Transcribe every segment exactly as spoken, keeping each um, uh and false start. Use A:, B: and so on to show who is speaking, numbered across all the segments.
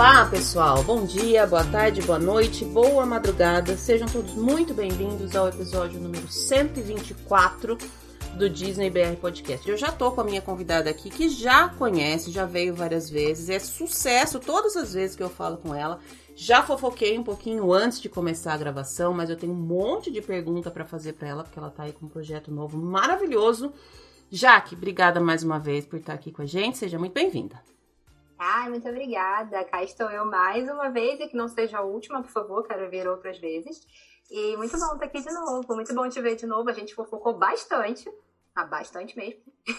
A: Olá, pessoal! Bom dia, boa tarde, boa noite, boa madrugada. Sejam todos muito bem-vindos ao episódio número cento e vinte e quatro do Disney B R Podcast. Eu já tô com a minha convidada aqui, que já conhece, já veio várias vezes. É sucesso todas as vezes que eu falo com ela. Já fofoquei um pouquinho antes de começar a gravação, mas eu tenho um monte de pergunta para fazer para ela, porque ela tá aí com um projeto novo maravilhoso. Jaque, obrigada mais uma vez por estar aqui com a gente. Seja muito bem-vinda.
B: Ai, muito obrigada. Cá estou eu mais uma vez, e que não seja a última, por favor, quero ver outras vezes. E muito bom estar aqui de novo, muito bom te ver de novo. A gente fofocou bastante, ah, bastante mesmo.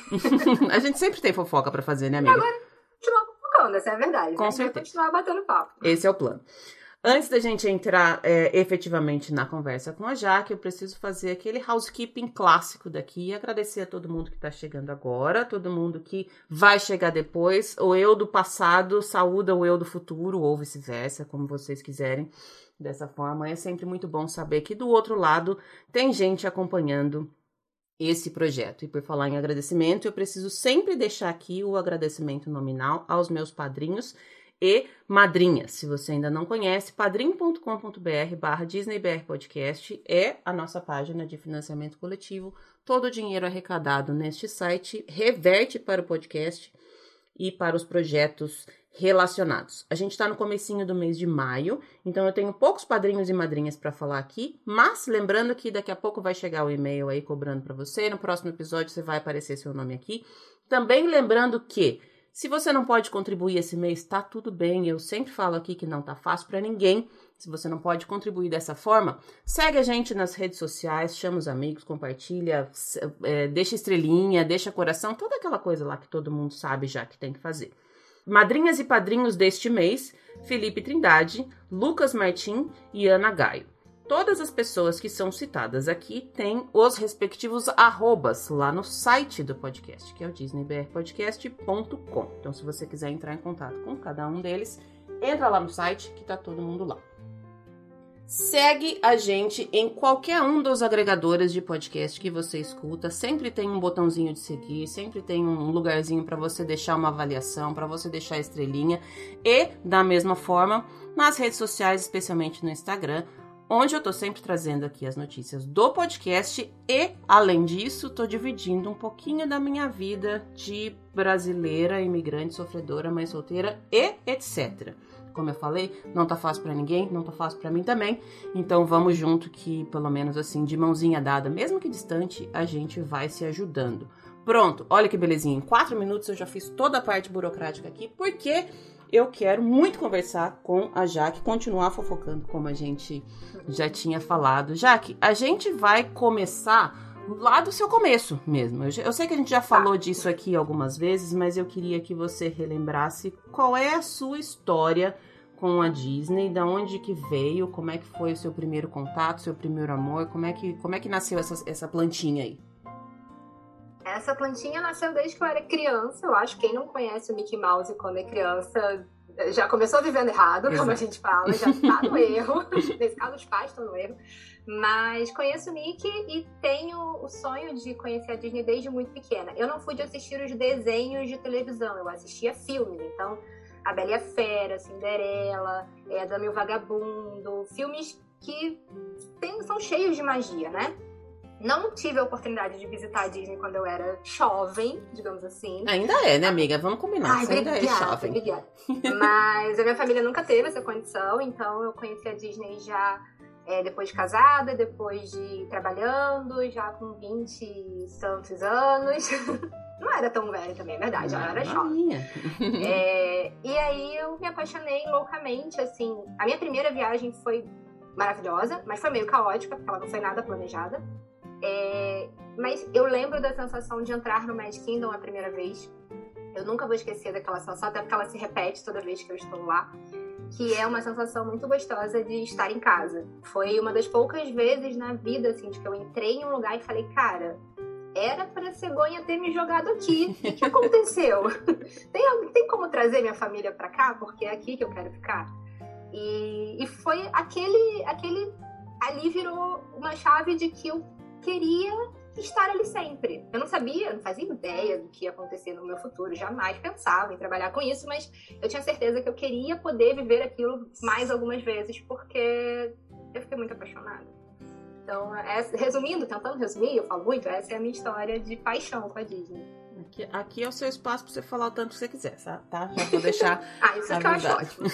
A: A gente sempre tem fofoca pra fazer, né, amiga?
B: E agora, continuar fofocando, essa é a verdade.
A: Com
B: né?
A: certeza.
B: Vai continuar batendo papo.
A: Esse é o plano. Antes da gente entrar é, efetivamente na conversa com a Jaque, eu preciso fazer aquele housekeeping clássico daqui e agradecer a todo mundo que tá chegando agora, todo mundo que vai chegar depois. O eu do passado saúda o eu do futuro, ou vice-versa, como vocês quiserem. Dessa forma, é sempre muito bom saber que do outro lado tem gente acompanhando esse projeto. E por falar em agradecimento, eu preciso sempre deixar aqui o agradecimento nominal aos meus padrinhos e madrinhas. Se você ainda não conhece, padrim.com.br barra DisneyBR Podcast é a nossa página de financiamento coletivo. Todo o dinheiro arrecadado neste site reverte para o podcast e para os projetos relacionados. A gente está no comecinho do mês de maio, então eu tenho poucos padrinhos e madrinhas para falar aqui, mas lembrando que daqui a pouco vai chegar o e-mail aí cobrando para você, no próximo episódio você vai aparecer seu nome aqui. Também lembrando que se você não pode contribuir esse mês, tá tudo bem. Eu sempre falo aqui que não tá fácil para ninguém. Se você não pode contribuir dessa forma, segue a gente nas redes sociais, chama os amigos, compartilha, é, deixa estrelinha, deixa coração, toda aquela coisa lá que todo mundo sabe já que tem que fazer. Madrinhas e padrinhos deste mês, Felipe Trindade, Lucas Martim e Ana Gaio. Todas as pessoas que são citadas aqui têm os respectivos arrobas lá no site do podcast, que é o disney b r podcast ponto com. Então, se você quiser entrar em contato com cada um deles, entra lá no site que tá todo mundo lá. Segue a gente em qualquer um dos agregadores de podcast que você escuta. Sempre tem um botãozinho de seguir, sempre tem um lugarzinho para você deixar uma avaliação, para você deixar a estrelinha. E, da mesma forma, nas redes sociais, especialmente no Instagram, onde eu tô sempre trazendo aqui as notícias do podcast e, além disso, tô dividindo um pouquinho da minha vida de brasileira, imigrante, sofredora, mãe solteira e etcétera. Como eu falei, não tá fácil pra ninguém, não tá fácil pra mim também, então vamos junto que, pelo menos assim, de mãozinha dada, mesmo que distante, a gente vai se ajudando. Pronto, olha que belezinha, em quatro minutos eu já fiz toda a parte burocrática aqui, porque eu quero muito conversar com a Jaque, continuar fofocando como a gente já tinha falado. Jaque, a gente vai começar lá do seu começo mesmo. Eu, eu sei que a gente já falou disso aqui algumas vezes, mas eu queria que você relembrasse qual é a sua história com a Disney, da onde que veio, como é que foi o seu primeiro contato, seu primeiro amor, como é que, como é que nasceu essa, essa plantinha aí?
B: Essa plantinha nasceu desde que eu era criança. Eu acho que quem não conhece o Mickey Mouse quando é criança já começou vivendo errado, Exato. Como a gente fala, já tá no erro. Nesse caso, os pais estão no erro. Mas conheço o Mickey e tenho o sonho de conhecer a Disney desde muito pequena. Eu não fui de assistir os desenhos de televisão, eu assistia filmes. Então, A Bela e a Fera, Cinderela, é, A Dama e o Vagabundo, filmes que tem, são cheios de magia, né? Não tive a oportunidade de visitar a Disney quando eu era jovem, digamos assim.
A: Ainda é, né, amiga? Vamos combinar.
B: Ai,
A: Você
B: obrigada,
A: ainda é jovem.
B: Obrigada. Mas a minha família nunca teve essa condição, então eu conheci a Disney já é, depois de casada, depois de trabalhando, já com vinte e tantos anos. Não era tão velha também, é verdade, ela era jovem. É, e aí eu me apaixonei loucamente, assim. A minha primeira viagem foi maravilhosa, mas foi meio caótica, porque ela não foi nada planejada. É, mas eu lembro da sensação de entrar no Magic Kingdom a primeira vez. Eu nunca vou esquecer daquela sensação, até porque ela se repete toda vez que eu estou lá. Que é uma sensação muito gostosa de estar em casa. Foi uma das poucas vezes na vida, assim, de que eu entrei em um lugar e falei, cara, era pra cegonha ter me jogado aqui. O que aconteceu? tem, tem como trazer minha família pra cá? Porque é aqui que eu quero ficar. E, e foi aquele, aquele... Ali virou uma chave de que eu queria estar ali sempre. Eu não sabia, não fazia ideia do que ia acontecer no meu futuro, jamais pensava em trabalhar com isso, mas eu tinha certeza que eu queria poder viver aquilo mais algumas vezes, porque eu fiquei muito apaixonada. Então, essa, resumindo, tentando resumir, eu falo muito, essa é a minha história de paixão com a Disney.
A: Aqui, aqui é o seu espaço para você falar o tanto que você quiser, tá? Já vou deixar
B: ah, isso é que eu acho ótimo.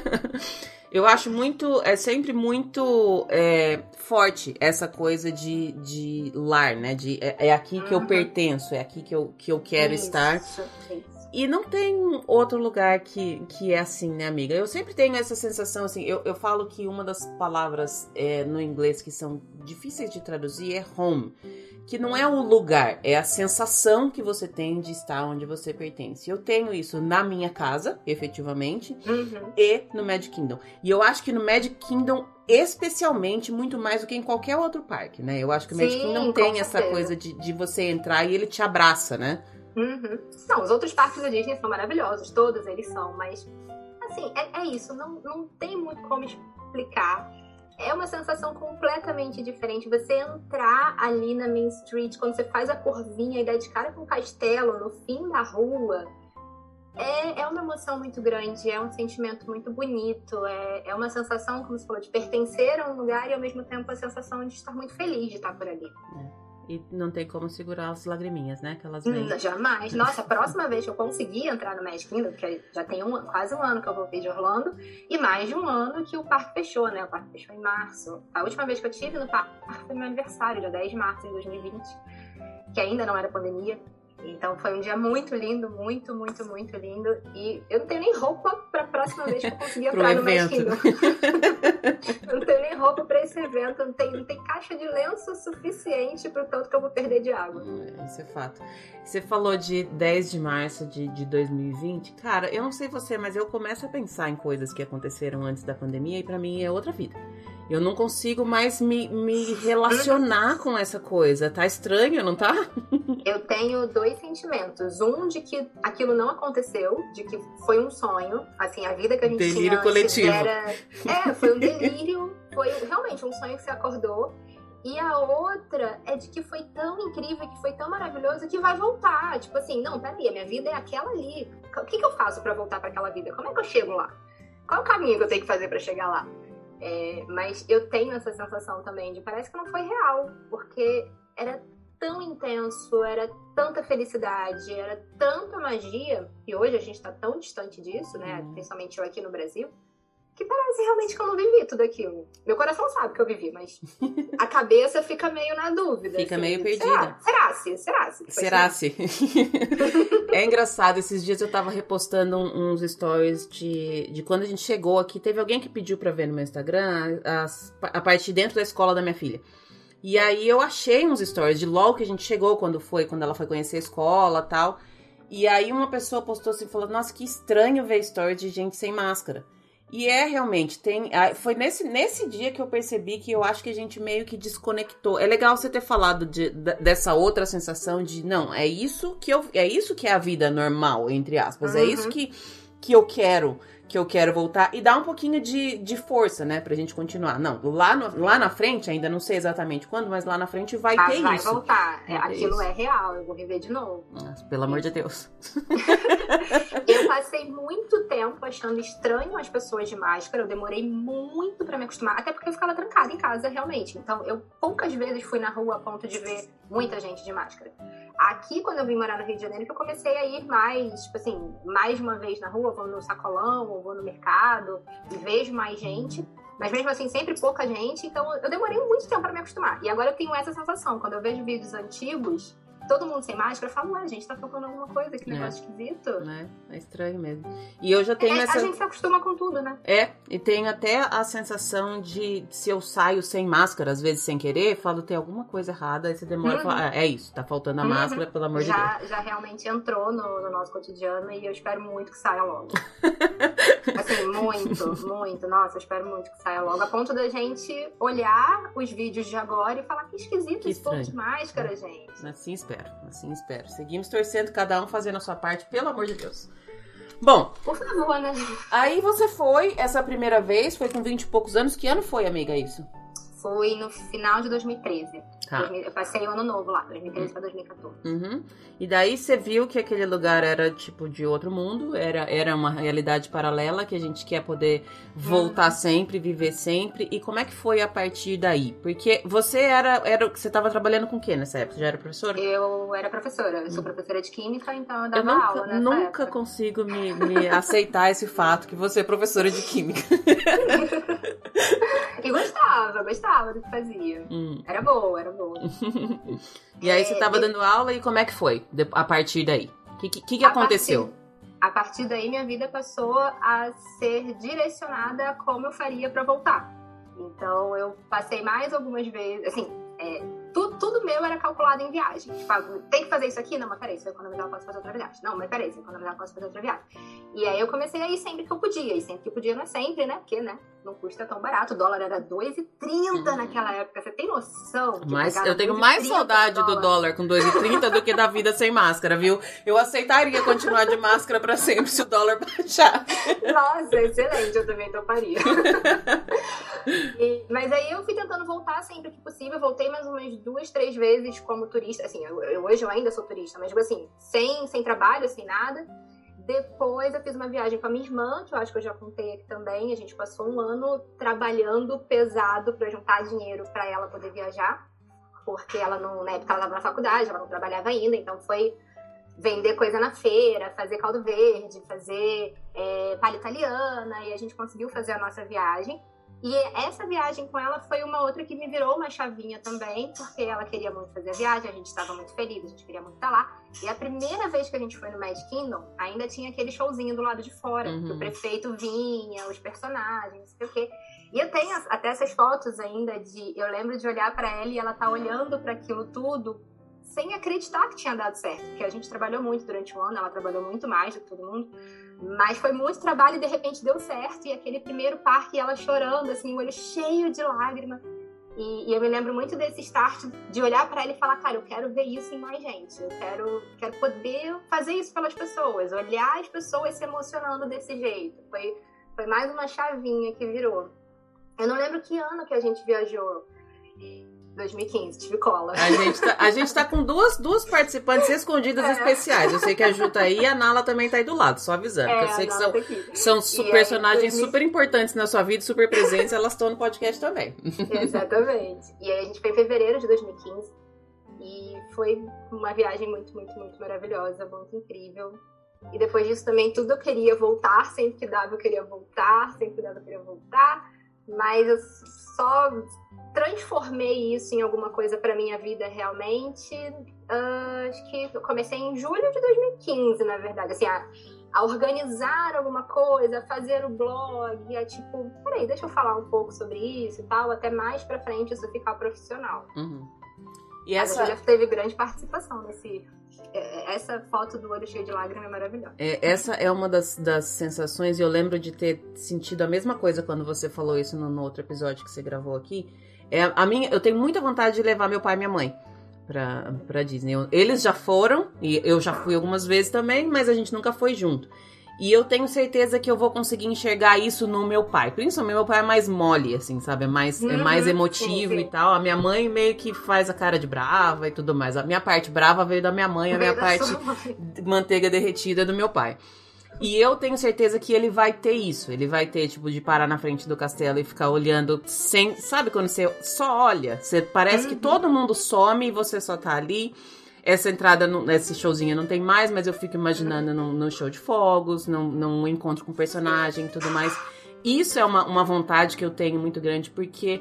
A: Eu acho muito, é sempre muito é, forte essa coisa de, de lar, né? De, é, é aqui que uhum. eu pertenço, é aqui que eu, que eu quero
B: isso,
A: estar.
B: Isso.
A: E não tem outro lugar que, que é assim, né, amiga? Eu sempre tenho essa sensação, assim, eu, eu falo que uma das palavras é, no inglês que são difíceis de traduzir é home. Que não é o lugar, é a sensação que você tem de estar onde você pertence. Eu tenho isso na minha casa, efetivamente,
B: uhum.
A: e no Magic Kingdom. E eu acho que no Magic Kingdom, especialmente, muito mais do que em qualquer outro parque, né? Eu acho que o Magic
B: Sim,
A: Kingdom tem
B: certeza.
A: essa coisa de, de você entrar e ele te abraça, né?
B: Uhum. Não, os outros parques da Disney são maravilhosos, todos eles são, mas, assim, é, é isso, não, não tem muito como explicar. É uma sensação completamente diferente. Você entrar ali na Main Street, quando você faz a curvinha e dá de cara com o castelo no fim da rua, é, é uma emoção muito grande, é um sentimento muito bonito, é, é uma sensação, como você falou, de pertencer a um lugar e ao mesmo tempo a sensação de estar muito feliz de estar por ali.
A: É. E não tem como segurar as lagriminhas, né? Que elas vêm.
B: Não, jamais. Nossa, a próxima vez que eu consegui entrar no Magic Kingdom, porque já tem um, quase um ano que eu voltei de Orlando, e mais de um ano que o parque fechou, né? O parque fechou em março. A última vez que eu estive no parque foi meu aniversário, dia dez de março de dois mil e vinte, que ainda não era pandemia. Então foi um dia muito lindo, muito, muito, muito lindo. E eu não tenho nem roupa pra próxima vez que eu conseguir entrar no Magic Kingdom. Eu não tenho nem roupa pra esse evento. Não tem, não tem caixa de lenço suficiente pro tanto que eu vou perder de água.
A: É, isso é fato. Você falou de dez de março de, de dois mil e vinte. Cara, eu não sei você, mas eu começo a pensar em coisas que aconteceram antes da pandemia e pra mim é outra vida. Eu não consigo mais me, me relacionar com essa coisa. Tá estranho, não tá?
B: Eu tenho dois sentimentos. Um de que aquilo não aconteceu, de que foi um sonho. Assim, a vida que a gente
A: delírio
B: tinha
A: coletivo.
B: Era... É, foi um delírio. Foi realmente um sonho que você acordou. E a outra é de que foi tão incrível, que foi tão maravilhoso, que vai voltar. Tipo assim, não, peraí, a minha vida é aquela ali. O que, que eu faço pra voltar pra aquela vida? Como é que eu chego lá? Qual é o caminho que eu tenho que fazer pra chegar lá? É, mas eu tenho essa sensação também de parece que não foi real, porque era tão intenso, era tanta felicidade, era tanta magia, e hoje a gente tá tão distante disso, né,
A: uhum.
B: principalmente eu aqui no Brasil, que parece realmente que eu não vivi tudo aquilo. Meu coração sabe que eu vivi, mas a cabeça fica meio na dúvida.
A: Fica
B: assim,
A: meio perdida.
B: Será? Será-se? Será-se?
A: Será-se? É engraçado, esses dias eu tava repostando uns stories de, de quando a gente chegou aqui. Teve alguém que pediu pra ver no meu Instagram a, a parte de dentro da escola da minha filha. E aí eu achei uns stories de logo que a gente chegou, quando foi, quando ela foi conhecer a escola e tal. E aí uma pessoa postou assim, falou, nossa, que estranho ver stories de gente sem máscara. E é realmente, tem, foi nesse, nesse dia que eu percebi que eu acho que a gente meio que desconectou. É legal você ter falado de, dessa outra sensação de, não, é isso que eu, é isso que é a vida normal, entre aspas. Uhum. É isso que, que eu quero, que eu quero voltar. E dar um pouquinho de, de força, né, pra gente continuar. Não, lá, no, lá na frente, ainda não sei exatamente quando, mas lá na frente vai
B: ah,
A: ter
B: vai
A: isso.
B: Vai voltar,
A: vai
B: aquilo
A: isso.
B: É real, eu vou viver de novo.
A: Nossa, pelo amor de Deus.
B: Eu passei muito tempo achando estranho as pessoas de máscara, eu demorei muito pra me acostumar, até porque eu ficava trancada em casa, realmente. Então, eu poucas vezes fui na rua a ponto de ver muita gente de máscara. Aqui, quando eu vim morar no Rio de Janeiro, que eu comecei a ir mais, tipo assim, mais uma vez na rua, vou no sacolão, ou vou no mercado, e vejo mais gente. Mas mesmo assim, sempre pouca gente, então eu demorei muito tempo pra me acostumar. E agora eu tenho essa sensação, quando eu vejo vídeos antigos, todo mundo sem máscara, eu falo, ué, gente, tá faltando alguma coisa, que negócio é. esquisito.
A: É, é estranho mesmo. E eu já tenho
B: é,
A: essa...
B: A gente se acostuma com tudo, né?
A: É, e tenho até a sensação de, se eu saio sem máscara, às vezes sem querer, falo, tem alguma coisa errada, aí você demora uhum. e fala, ah, é isso, tá faltando a uhum. máscara, pelo amor
B: já,
A: de Deus.
B: Já realmente entrou no, no nosso cotidiano e eu espero muito que saia logo. Assim, muito, muito. Nossa, eu espero muito que saia logo. A ponto da gente olhar os vídeos de agora e falar que esquisito
A: que
B: esse povo de máscara,
A: é.
B: gente.
A: Assim espero, assim espero. Seguimos torcendo, cada um fazendo a sua parte, pelo amor de Deus. Bom,
B: por favor, né?
A: Aí você foi, essa primeira vez, foi com vinte e poucos anos. Que ano foi, amiga, isso?
B: fui no final de dois mil e treze.
A: Tá.
B: dois mil, eu passei o ano novo lá, dois mil e treze para dois mil e quatorze.
A: Uhum. E daí você viu que aquele lugar era tipo de outro mundo, era, era uma realidade paralela que a gente quer poder voltar uhum. sempre, viver sempre. E como é que foi a partir daí? Porque você era, era você estava trabalhando com o que nessa época? Já era professora?
B: Eu era professora, eu sou professora de química, então eu dava
A: eu nunca,
B: aula nessa
A: nunca
B: época.
A: consigo me, me aceitar esse fato que você é professora de química.
B: E gostava, gostava do que fazia. Hum. Era boa, era boa.
A: E aí é, você estava de... dando aula e como é que foi a partir daí? O que, que, que aconteceu?
B: Partir, a partir daí minha vida passou a ser direcionada a como eu faria para voltar. Então eu passei mais algumas vezes, assim, é, tudo, tudo meu era calculado em viagem. Tipo, tem que fazer isso aqui? Não, mas peraí, se eu economizar eu posso fazer outra viagem. Não, mas peraí, se eu economizar eu posso fazer outra viagem. E aí eu comecei a ir sempre que eu podia. E sempre que eu podia não é sempre, né? Porque, né? Não custa tão barato. O dólar era dois e trinta hum. naquela época. Você tem noção?
A: Mas eu tenho mais saudade do dólar com dois e trinta do que da vida sem máscara, viu? Eu aceitaria continuar de máscara pra sempre se o dólar baixar.
B: Nossa, excelente. Eu também toparia. E, mas aí eu fui tentando voltar sempre que possível. Eu voltei mais umas duas, três vezes como turista. Assim, eu, eu, hoje eu ainda sou turista, mas tipo assim, sem, sem trabalho, sem nada. Depois eu fiz uma viagem com a minha irmã, que eu acho que eu já contei aqui também. A gente passou um ano trabalhando pesado pra juntar dinheiro pra ela poder viajar. Porque ela não, na época ela estava na faculdade, ela não trabalhava ainda, então foi vender coisa na feira, fazer caldo verde, fazer é, palha italiana, e a gente conseguiu fazer a nossa viagem. E essa viagem com ela foi uma outra que me virou uma chavinha também, porque ela queria muito fazer a viagem, a gente estava muito feliz, a gente queria muito estar lá. E a primeira vez que a gente foi no Magic Kingdom, ainda tinha aquele showzinho do lado de fora, uhum. que o prefeito vinha, os personagens, não sei o quê. E eu tenho até essas fotos ainda de... Eu lembro de olhar para ela e ela tá olhando para aquilo tudo sem acreditar que tinha dado certo, porque a gente trabalhou muito durante o ano, ela trabalhou muito mais do que todo mundo, mas foi muito trabalho e de repente deu certo, e aquele primeiro parque, ela chorando, assim, o olho cheio de lágrima, e, e eu me lembro muito desse start, de olhar pra ela e falar, cara, eu quero ver isso em mais gente, eu quero, quero poder fazer isso pelas pessoas, olhar as pessoas se emocionando desse jeito, foi, foi mais uma chavinha que virou. Eu não lembro que ano que a gente viajou, dois mil e quinze, tive cola.
A: A gente tá, a gente tá com duas, duas participantes escondidas é. especiais. Eu sei que a Ju tá aí e a Nala também tá aí do lado, só avisando. É, eu sei que são, são su- personagens aí, super importantes na sua vida, super presentes, elas estão no podcast também.
B: Exatamente. E aí a gente foi em fevereiro de dois mil e quinze e foi uma viagem muito, muito, muito maravilhosa, muito incrível. E depois disso também tudo eu queria voltar, sempre que dava eu queria voltar, sempre que dava eu queria voltar, mas eu só transformei isso em alguma coisa pra minha vida realmente, uh, acho que eu comecei em julho de dois mil e quinze, na verdade, assim, a, a organizar alguma coisa, a fazer o blog, a tipo, peraí, deixa eu falar um pouco sobre isso e tal, até mais pra frente isso ficar profissional.
A: Uhum. E essa...
B: A Júlia teve grande participação nesse... Essa foto do olho cheio de lágrimas é maravilhosa.
A: É, essa é uma das, das sensações, e eu lembro de ter sentido a mesma coisa quando você falou isso no, no outro episódio que você gravou aqui. É, a minha, eu tenho muita vontade de levar meu pai e minha mãe pra, pra Disney. Eles já foram, e eu já fui algumas vezes também, mas a gente nunca foi junto. E eu tenho certeza que eu vou conseguir enxergar isso no meu pai. Principalmente meu pai é mais mole, assim, sabe? É mais, uhum, é mais emotivo, sim, sim. E tal. A minha mãe meio que faz a cara de brava e tudo mais. A minha parte brava veio da minha mãe, a minha parte manteiga derretida do meu pai. E eu tenho certeza que ele vai ter isso. Ele vai ter, tipo, de parar na frente do castelo e ficar olhando sem... Sabe quando você só olha? Você, parece uhum. que todo mundo some e você só tá ali. Essa entrada, no, esse showzinho não tem mais, mas eu fico imaginando no, no show de fogos, num, num encontro com o personagem e tudo mais. Isso é uma, uma vontade que eu tenho muito grande, porque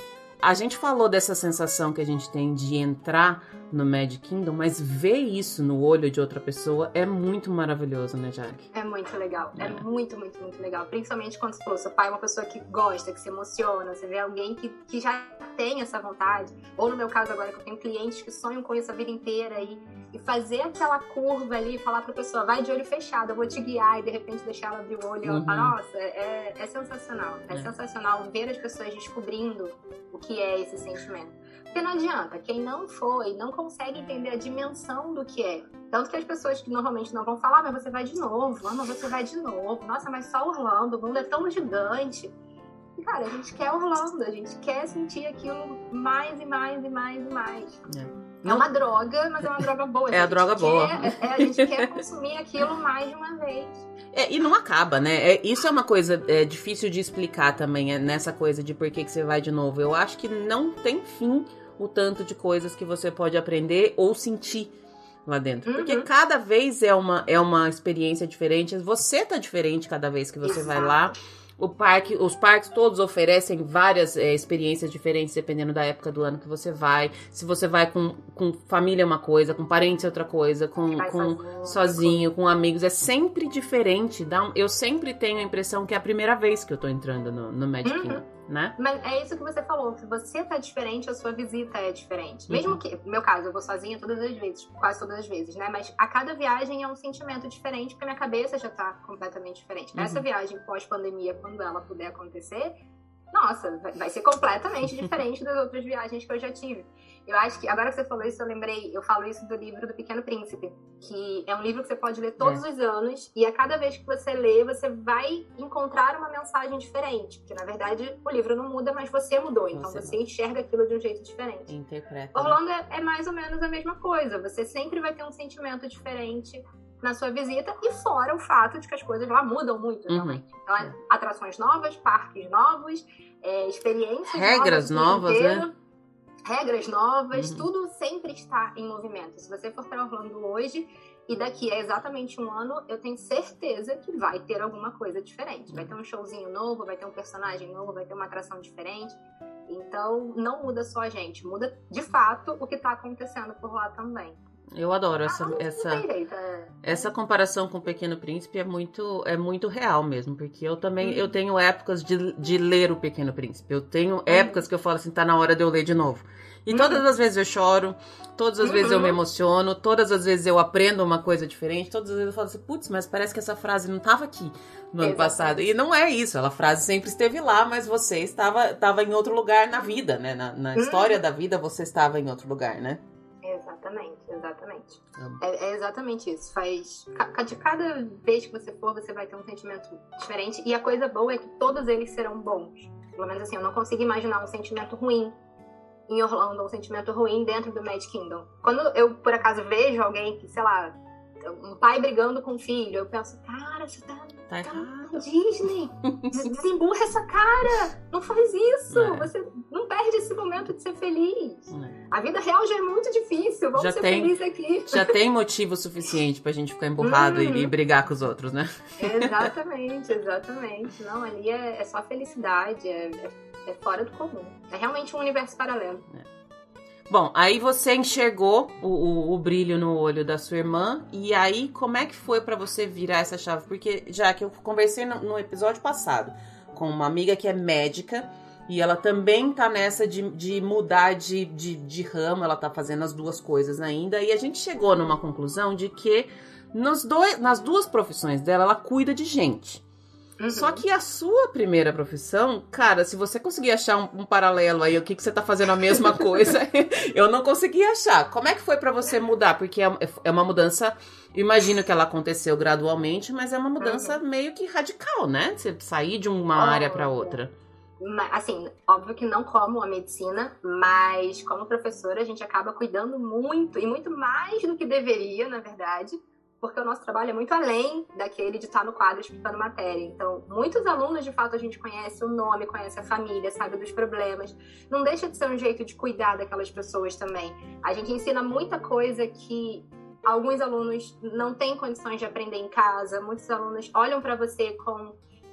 A: a gente falou dessa sensação que a gente tem de entrar no Magic Kingdom, mas ver isso no olho de outra pessoa é muito maravilhoso, né, Jaque?
B: É muito legal, é. é muito, muito, muito legal. Principalmente quando você falou, seu pai é uma pessoa que gosta, que se emociona, você vê alguém que, que já tem essa vontade, ou no meu caso agora, que eu tenho clientes que sonham com isso a vida inteira, e, e fazer aquela curva ali, falar pra pessoa, vai de olho fechado, eu vou te guiar, e de repente deixar ela abrir o olho, e ela uhum. fala, nossa, é, é sensacional, é, é sensacional ver as pessoas descobrindo o que é esse sentimento. Porque não adianta, quem não foi, não consegue entender a dimensão do que é. Tanto que as pessoas que normalmente não vão falar, ah, mas você vai de novo, ah, mas você vai de novo, nossa, mas só Orlando, o mundo é tão gigante. E, cara, a gente quer Orlando, a gente quer sentir aquilo mais e mais e mais e mais. É. É uma droga, mas é uma droga boa.
A: É a, a droga
B: quer,
A: boa.
B: É, a gente quer consumir aquilo mais de uma vez.
A: É, e não acaba, né? É, isso é uma coisa é, difícil de explicar também, é, nessa coisa de por que, que você vai de novo. Eu acho que não tem fim o tanto de coisas que você pode aprender ou sentir lá dentro. Uhum. Porque cada vez é uma, é uma experiência diferente. Você tá diferente cada vez que você Exato. vai lá. O parque, os parques todos oferecem várias é, experiências diferentes, dependendo da época do ano que você vai. Se você vai com, com família é uma coisa, com parentes é outra coisa, com, com sozinho, sozinho com amigos, é sempre diferente. Dá um, eu sempre tenho a impressão que é a primeira vez que eu tô entrando no, no Magic Kingdom. Uhum. Né?
B: Mas é isso que você falou, se você tá diferente, a sua visita é diferente. Mesmo uhum. que, no meu caso, eu vou sozinha todas as vezes, quase todas as vezes, né? Mas a cada viagem é um sentimento diferente, porque a minha cabeça já tá completamente diferente. Uhum. Essa viagem pós-pandemia, quando ela puder acontecer, nossa, vai ser completamente diferente das outras viagens que eu já tive. Eu acho que, agora que você falou isso, eu lembrei, eu falo isso do livro do Pequeno Príncipe, que é um livro que você pode ler todos é. os anos, e a cada vez que você lê, você vai encontrar uma mensagem diferente, porque na verdade o livro não muda, mas você mudou, então você, você enxerga aquilo de um jeito diferente.
A: Interpreta.
B: Orlando é, é mais ou menos a mesma coisa, você sempre vai ter um sentimento diferente na sua visita, e fora o fato de que as coisas lá mudam muito, realmente. Uhum. Então, é. atrações novas, parques novos, é, experiências
A: regras
B: novas,
A: novas, né?
B: Regras novas, uhum. tudo sempre está em movimento. Se você for para Orlando hoje e daqui a exatamente um ano, eu tenho certeza que vai ter alguma coisa diferente. Vai ter um showzinho novo, vai ter um personagem novo, vai ter uma atração diferente. Então, não muda só a gente, muda de fato o que está acontecendo por lá também.
A: Eu adoro essa,
B: ah,
A: essa,
B: jeito, é.
A: essa comparação com o Pequeno Príncipe, é muito, é muito real mesmo, porque eu também, uhum. eu tenho épocas de, de ler o Pequeno Príncipe, eu tenho uhum. épocas que eu falo assim, tá na hora de eu ler de novo. E uhum. todas as vezes eu choro, todas as uhum. vezes eu me emociono, todas as vezes eu aprendo uma coisa diferente, todas as vezes eu falo assim, putz, mas parece que essa frase não estava aqui no ano Exatamente. passado. E não é isso, a frase sempre esteve lá, mas você estava, estava em outro lugar na vida, né? Na, na uhum. história da vida, você estava em outro lugar, né?
B: Exatamente, exatamente. É, é exatamente isso. Faz, de cada vez que você for, você vai ter um sentimento diferente. E a coisa boa é que todos eles serão bons. Pelo menos assim, eu não consigo imaginar um sentimento ruim em Orlando, um sentimento ruim dentro do Magic Kingdom. Quando eu, por acaso, vejo alguém que, sei lá, um pai brigando com o filho, eu penso, cara, você tá,
A: tá,
B: tá na Disney. Desemburra essa cara. Não faz isso. É. Você não perde esse momento de ser feliz. É. A vida real já é muito difícil. Vamos já ser tem, felizes aqui.
A: Já tem motivo suficiente pra gente ficar emburrado uhum. e, e brigar com os outros, né?
B: Exatamente, exatamente. Não, ali é, é só felicidade, é, é, é fora do comum. É realmente um universo paralelo.
A: É. Bom, aí você enxergou o, o, o brilho no olho da sua irmã, e aí como é que foi pra você virar essa chave? Porque já que eu conversei no, no episódio passado com uma amiga que é médica, e ela também tá nessa de, de mudar de, de, de ramo, ela tá fazendo as duas coisas ainda, e a gente chegou numa conclusão de que nos dois, nas duas profissões dela, ela cuida de gente. Uhum. Só que a sua primeira profissão, cara, se você conseguir achar um, um paralelo aí, o que, que você tá fazendo a mesma coisa, eu não consegui achar. Como é que foi pra você mudar? Porque é, é uma mudança, eu imagino que ela aconteceu gradualmente, mas é uma mudança uhum. meio que radical, né? Você sair de uma oh, área pra outra.
B: Assim, óbvio que não como a medicina, mas como professora a gente acaba cuidando muito, e muito mais do que deveria, na verdade, porque o nosso trabalho é muito além daquele de estar no quadro explicando matéria. Então, muitos alunos, de fato, a gente conhece o nome, conhece a família, sabe dos problemas. Não deixa de ser um jeito de cuidar daquelas pessoas também. A gente ensina muita coisa que alguns alunos não têm condições de aprender em casa. Muitos alunos olham para você com...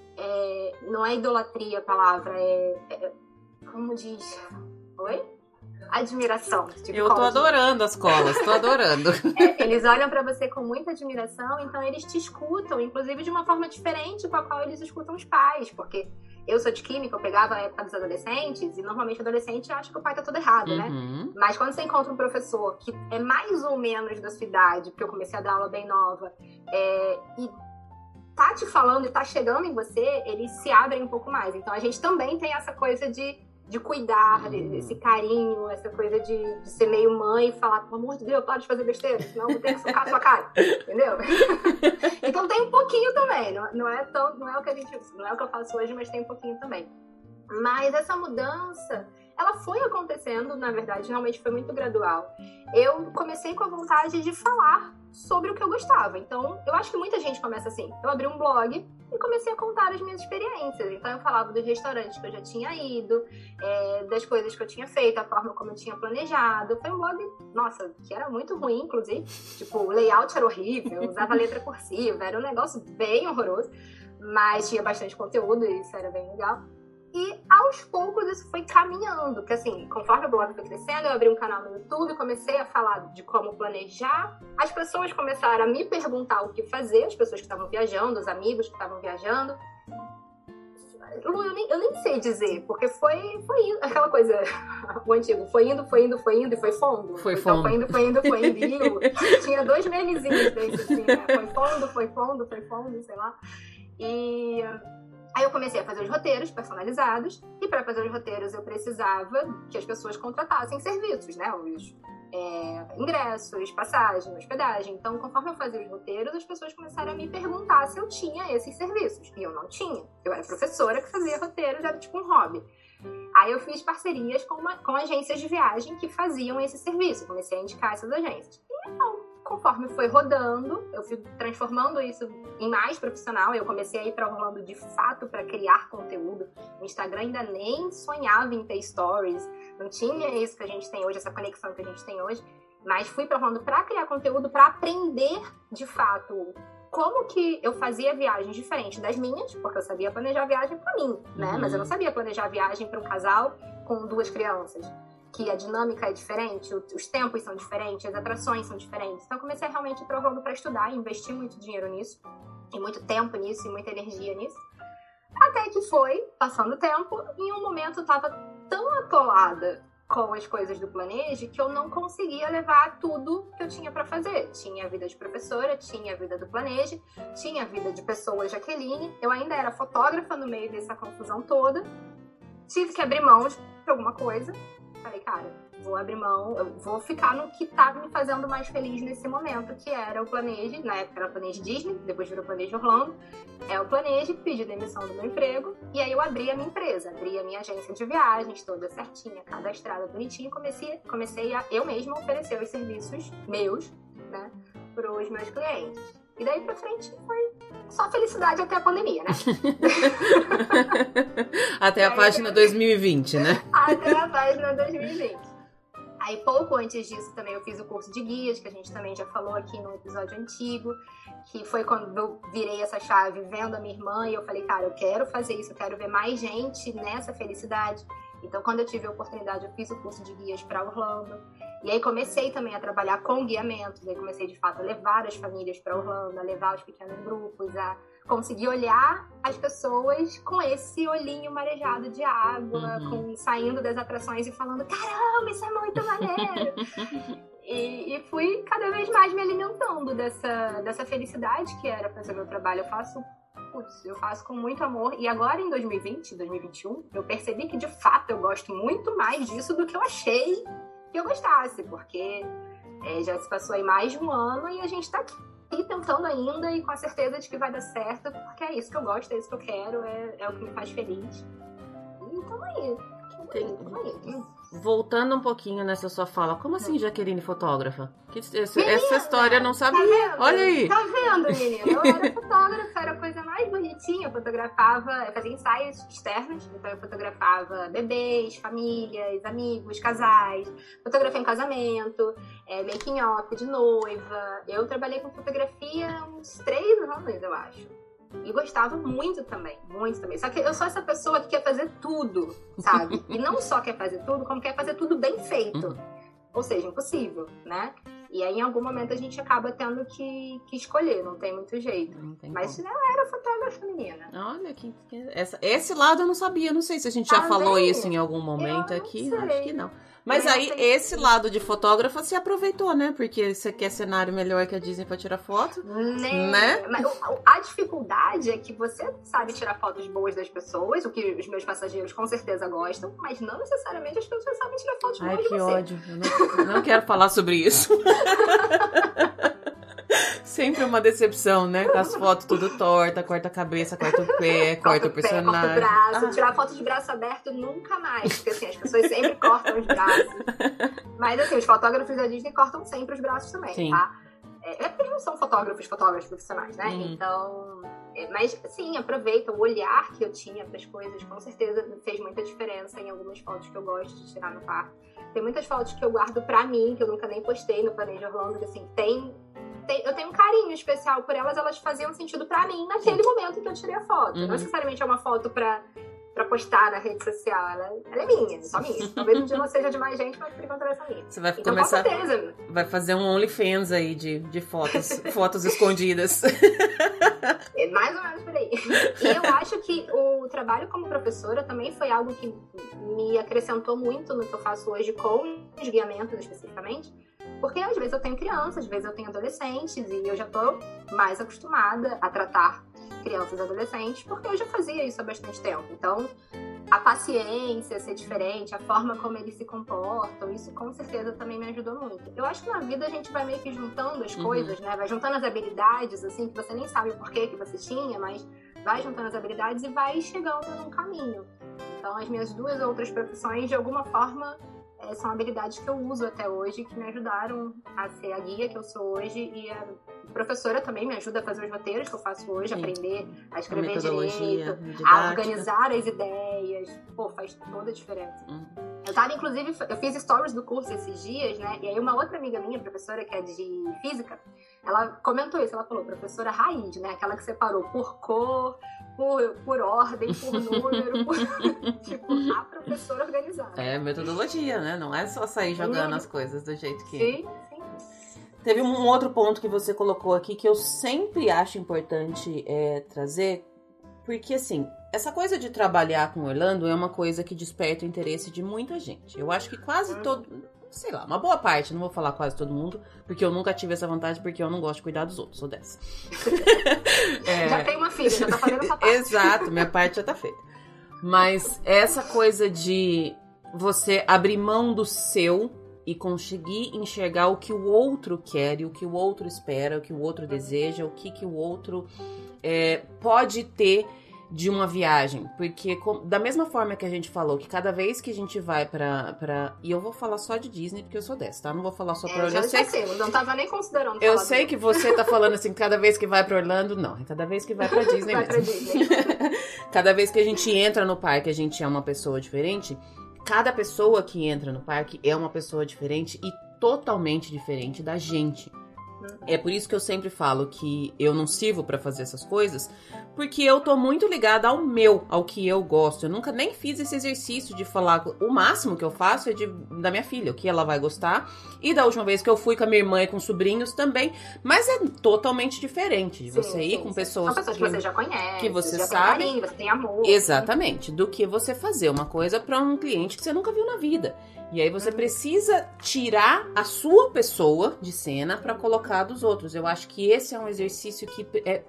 B: É, não é idolatria a palavra, é... é como diz... Oi? Admiração. Tipo,
A: eu tô adorando as colas, tô adorando.
B: É, eles olham pra você com muita admiração, então eles te escutam, inclusive de uma forma diferente com a qual eles escutam os pais, porque eu sou de química, eu pegava a época dos adolescentes, e normalmente o adolescente acha que o pai tá todo errado, uhum. né? Mas quando você encontra um professor que é mais ou menos da sua idade, porque eu comecei a dar aula bem nova, é, e tá te falando e tá chegando em você, eles se abrem um pouco mais. Então a gente também tem essa coisa de de cuidar, uhum. esse carinho, essa coisa de, de ser meio mãe e falar, pelo amor de Deus, para de fazer besteira, senão vou ter que socar a sua cara, entendeu? Então tem um pouquinho também, não, não, é tão, não é o que a gente, não é o que eu faço hoje, mas tem um pouquinho também. Mas essa mudança, ela foi acontecendo, na verdade, realmente foi muito gradual. Eu comecei com a vontade de falar sobre o que eu gostava. Então, eu acho que muita gente começa assim. Eu abri um blog e comecei a contar as minhas experiências. Então, eu falava dos restaurantes que eu já tinha ido, é, das coisas que eu tinha feito, a forma como eu tinha planejado. Foi um blog, nossa, que era muito ruim, inclusive. Tipo, o layout era horrível, usava letra cursiva, era um negócio bem horroroso. Mas tinha bastante conteúdo e isso era bem legal. E aos poucos isso foi caminhando, porque assim, conforme o blog foi crescendo, eu abri um canal no YouTube, comecei a falar de como planejar, as pessoas começaram a me perguntar o que fazer, as pessoas que estavam viajando, os amigos que estavam viajando. Lu, eu nem, eu nem sei dizer, porque foi, foi indo, aquela coisa, o antigo, foi indo, foi indo, foi indo e foi fundo.
A: Foi
B: então,
A: fundo.
B: Foi indo, foi indo, foi indo, e Lu, tinha dois memezinhos desse assim, né? Foi fundo, foi fundo, foi fundo, sei lá. E... Aí eu comecei a fazer os roteiros personalizados, e para fazer os roteiros eu precisava que as pessoas contratassem serviços, né? Os é, ingressos, passagem, hospedagem. Então, conforme eu fazia os roteiros, as pessoas começaram a me perguntar se eu tinha esses serviços. E eu não tinha. Eu era professora que fazia roteiros, era tipo um hobby. Aí eu fiz parcerias com, uma, com agências de viagem que faziam esse serviço. Comecei a indicar essas agências. E então, conforme foi rodando, eu fui transformando isso em mais profissional. Eu comecei a ir para Orlando de fato para criar conteúdo. O Instagram ainda nem sonhava em ter stories. Não tinha isso que a gente tem hoje, essa conexão que a gente tem hoje. Mas fui para Orlando para criar conteúdo, para aprender de fato como que eu fazia viagens diferentes das minhas, porque eu sabia planejar viagem para mim, né? Uhum. Mas eu não sabia planejar viagem para um casal com duas crianças. Que a dinâmica é diferente, os tempos são diferentes, as atrações são diferentes. Então eu comecei realmente para o Orlando para estudar, investir muito dinheiro nisso, e muito tempo nisso, e muita energia nisso. Até que foi, passando o tempo, e em um momento eu estava tão atolada com as coisas do Planeje que eu não conseguia levar tudo que eu tinha para fazer. Tinha a vida de professora, tinha a vida do Planeje, tinha a vida de pessoa Jaqueline, eu ainda era fotógrafa no meio dessa confusão toda, tive que abrir mão de alguma coisa. Falei, cara, vou abrir mão, eu vou ficar no que tá me fazendo mais feliz nesse momento, que era o Planeje, na época era o Planeje Disney, depois virou o Planeje Orlando, é o Planeje, pedi demissão do meu emprego, e aí eu abri a minha empresa, abri a minha agência de viagens, toda certinha, cadastrada, bonitinha, e comecei, comecei a eu mesma oferecer os serviços meus, né, pros meus clientes. E daí pra frente foi só felicidade até a pandemia, né?
A: Até a aí, página dois mil e vinte, né?
B: Até a página dois mil e vinte. Aí pouco antes disso também eu fiz o curso de guias, que a gente também já falou aqui no episódio antigo, que foi quando eu virei essa chave vendo a minha irmã e eu falei, cara, eu quero fazer isso, eu quero ver mais gente nessa felicidade. Então, quando eu tive a oportunidade, eu fiz o curso de guias para Orlando. E aí comecei também a trabalhar com guiamentos. Aí comecei, de fato, a levar as famílias para Orlando, a levar os pequenos grupos, a conseguir olhar as pessoas com esse olhinho marejado de água, uhum. com, saindo das atrações e falando, caramba, isso é muito maneiro! e, e fui cada vez mais me alimentando dessa, dessa felicidade que era fazer meu trabalho. Eu faço... Putz, eu faço com muito amor. E agora, em dois mil e vinte, dois mil e vinte e um, eu percebi que, de fato, eu gosto muito mais disso do que eu achei que eu gostasse. Porque é, já se passou aí mais de um ano e a gente tá aqui tentando ainda e com a certeza de que vai dar certo. Porque é isso que eu gosto, é isso que eu quero, é, é o que me faz feliz. E tamo aí. Tamo aí, tamo aí.
A: Voltando um pouquinho nessa sua fala, como assim Jaqueline fotógrafa? Que, essa,
B: menina,
A: essa história eu não sabia.
B: Tá
A: Olha aí.
B: Tá vendo, menina? Eu era fotógrafa, era a coisa mais bonitinha. Eu fotografava, eu fazia ensaios externos, então eu fotografava bebês, famílias, amigos, casais. Fotografei em casamento, é, making off de noiva. Eu trabalhei com fotografia há uns três anos, eu acho. E gostava muito também, muito também. Só que eu sou essa pessoa que quer fazer tudo, sabe? E não só quer fazer tudo, como quer fazer tudo bem feito. Uhum. Ou seja, impossível, né? E aí, em algum momento, a gente acaba tendo que, que escolher, não tem muito jeito. Tem Mas como. Não era fotógrafa menina.
A: Olha, que, que, essa, esse lado eu não sabia. Não sei se a gente já ah, falou bem? isso em algum momento
B: eu
A: aqui.
B: Sei.
A: Acho que não. Mas aí, esse lado de fotógrafa se aproveitou, né? Porque você quer cenário melhor que a Disney pra tirar foto,
B: né?
A: né?
B: Mas a dificuldade é que você sabe tirar fotos boas das pessoas, o que os meus passageiros com certeza gostam, mas não necessariamente as pessoas sabem tirar fotos
A: Ai,
B: boas de você.
A: Ai, que ódio. Eu não, eu não quero falar sobre isso. Sempre uma decepção, né? Com as fotos tudo torta, corta a cabeça, corta o pé, corta o personagem.
B: Corta o braço. Ah. Tirar foto de braço aberto nunca mais. Porque assim, as pessoas sempre cortam os braços. Mas assim, os fotógrafos da Disney cortam sempre os braços também, Sim. tá? É porque eles não são fotógrafos, fotógrafos profissionais, né? Uhum. Então, é, mas sim, aproveita o olhar que eu tinha para as coisas, com certeza fez muita diferença em algumas fotos que eu gosto de tirar no parque. Tem muitas fotos que eu guardo pra mim, que eu nunca nem postei no Planeja Orlando, que assim, tem, tem, eu tenho um carinho especial por elas, elas faziam sentido pra mim naquele sim. momento que eu tirei a foto. Uhum. Não necessariamente é uma foto pra... pra postar na rede social. Ela, ela é minha, só minha. Talvez um dia não seja de mais gente, mas por enquanto ela é só minha.
A: Você vai
B: então,
A: começar...
B: com certeza.
A: Vai fazer um OnlyFans aí de, de fotos, fotos escondidas.
B: É mais ou menos por aí. E eu acho que o trabalho como professora também foi algo que me acrescentou muito no que eu faço hoje com os guiamentos especificamente. Porque às vezes eu tenho crianças, às vezes eu tenho adolescentes e eu já tô mais acostumada a tratar crianças e adolescentes, porque eu já fazia isso há bastante tempo. Então, a paciência ser diferente, a forma como eles se comportam, isso com certeza também me ajudou muito. Eu acho que na vida a gente vai meio que juntando as uhum. coisas, né? Vai juntando as habilidades, assim, que você nem sabe o porquê que você tinha, mas vai juntando as habilidades e vai chegando num caminho. Então, as minhas duas outras profissões, de alguma forma, é, são habilidades que eu uso até hoje, que me ajudaram a ser a guia que eu sou hoje, e a professora também me ajuda a fazer os roteiros que eu faço hoje, Sim. aprender a escrever a direito, didática. A organizar as ideias. Pô, faz toda a diferença. Hum. Eu tava, inclusive, eu fiz stories do curso esses dias, né? E aí uma outra amiga minha, professora que é de física, ela comentou isso, ela falou, professora raiz, né? Aquela que separou por cor, por, por ordem, por número, por... tipo, a professora organizada.
A: É metodologia, né? Não é só sair jogando hum. as coisas do jeito que...
B: Sim, sim.
A: Teve um outro ponto que você colocou aqui que eu sempre acho importante é, trazer, porque assim, essa coisa de trabalhar com Orlando é uma coisa que desperta o interesse de muita gente. Eu acho que quase todo, sei lá, uma boa parte, não vou falar quase todo mundo, porque eu nunca tive essa vantagem, porque eu não gosto de cuidar dos outros, sou dessa.
B: é... Já tem uma filha, já tá fazendo essa parte.
A: Exato, minha parte já tá feita. Mas essa coisa de você abrir mão do seu e conseguir enxergar o que o outro quer, e o que o outro espera, o que o outro deseja, o que, que o outro é, pode ter de uma viagem. Porque com, da mesma forma que a gente falou, que cada vez que a gente vai pra... pra e eu vou falar só de Disney, porque eu sou dessa, tá? Não vou falar só pra
B: é,
A: Orlando. Eu sei que,
B: eu não tava nem considerando.
A: Eu sei dele. Que você tá falando assim, cada vez que vai pra Orlando, não. É cada vez que vai pra Disney
B: vai
A: mesmo.
B: Pra Disney.
A: Cada vez que a gente entra no parque, a gente é uma pessoa diferente. Cada pessoa que entra no parque é uma pessoa diferente e totalmente diferente da gente. É por isso que eu sempre falo que eu não sirvo pra fazer essas coisas, porque eu tô muito ligada ao meu, ao que eu gosto. Eu nunca nem fiz esse exercício de falar. O máximo que eu faço é de, da minha filha, o que ela vai gostar. E da última vez que eu fui com a minha irmã e com sobrinhos também. Mas é totalmente diferente de você sim, ir
B: sim,
A: com
B: sim.
A: pessoas,
B: pessoas que, que você já conhece,
A: que você
B: já
A: sabe.
B: Tem carinho, você tem amor.
A: Exatamente. Do que você fazer uma coisa pra um cliente que você nunca viu na vida. E aí você precisa tirar a sua pessoa de cena pra colocar dos outros. Eu acho que esse é um exercício que é,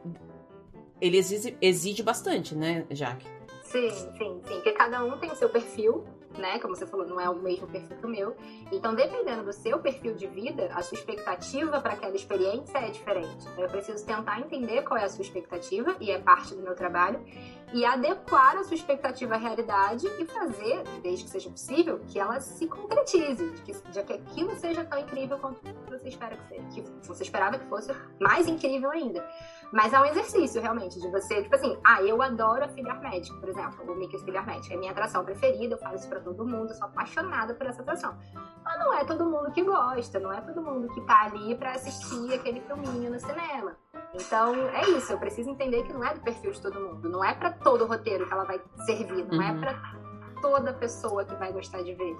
A: ele exige, exige bastante, né, Jaque?
B: Sim, sim, sim. Porque cada um tem o seu perfil, né? Como você falou, não é o mesmo perfil que o meu. Então, dependendo do seu perfil de vida, a sua expectativa para aquela experiência é diferente. Eu preciso tentar entender qual é a sua expectativa, e é parte do meu trabalho, e adequar a sua expectativa à realidade e fazer, desde que seja possível, que ela se concretize, de que, de que aquilo seja tão incrível quanto você espera que seja, que você esperava que fosse mais incrível ainda. Mas é um exercício, realmente, de você, tipo assim, ah, eu adoro a Filha Hermética, por exemplo, o Mickey's Filha Hermética, é a minha atração preferida, eu falo isso pra todo mundo, eu sou apaixonada por essa atração. Mas não é todo mundo que gosta, não é todo mundo que tá ali pra assistir aquele filminho no cinema. Então, é isso, eu preciso entender que não é do perfil de todo mundo, não é pra todo o roteiro que ela vai servir, não uhum. é pra toda pessoa que vai gostar de ver.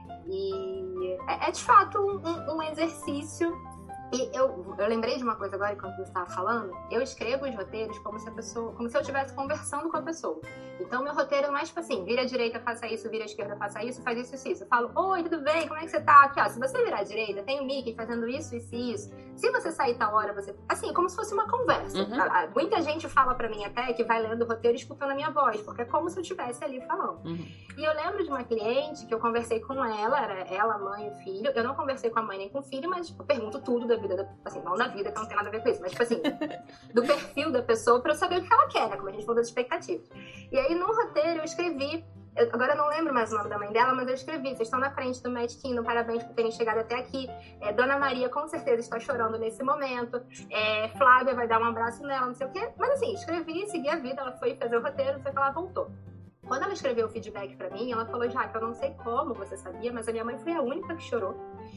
B: E é, é de fato um, um exercício. E eu, eu lembrei de uma coisa agora, quando você estava falando, eu escrevo os roteiros como se a pessoa, como se eu estivesse conversando com a pessoa. Então, meu roteiro não é tipo assim, vira à direita, faça isso, vira à esquerda, faça isso, faz isso, isso, isso. Eu falo, oi, tudo bem, como é que você tá? Aqui, ó, se você virar à direita, tem o Mickey fazendo isso, isso e isso. Se você sair tal hora, você... Assim, como se fosse uma conversa. Uhum. Muita gente fala pra mim até que vai lendo o roteiro e escutando a minha voz, porque é como se eu estivesse ali falando. Uhum. E eu lembro de uma cliente que eu conversei com ela, era ela, mãe e filho. Eu não conversei com a mãe nem com o filho, mas tipo, eu pergunto tudo da vida, da, assim, não da vida, que não tem nada a ver com isso, mas tipo assim, do perfil da pessoa pra eu saber o que ela quer, né? Como a gente falou das expectativas. E aí no roteiro eu escrevi, eu, agora eu não lembro mais o nome da mãe dela, mas eu escrevi, vocês estão na frente do Mad Kingdom, parabéns por terem chegado até aqui. É, Dona Maria com certeza está chorando nesse momento, é, Flávia vai dar um abraço nela, não sei o quê. Mas assim, escrevi, segui a vida, ela foi fazer o roteiro, não sei o que, ela voltou. Quando ela escreveu o feedback pra mim, ela falou, já que eu não sei como você sabia, mas a minha mãe foi a única que chorou.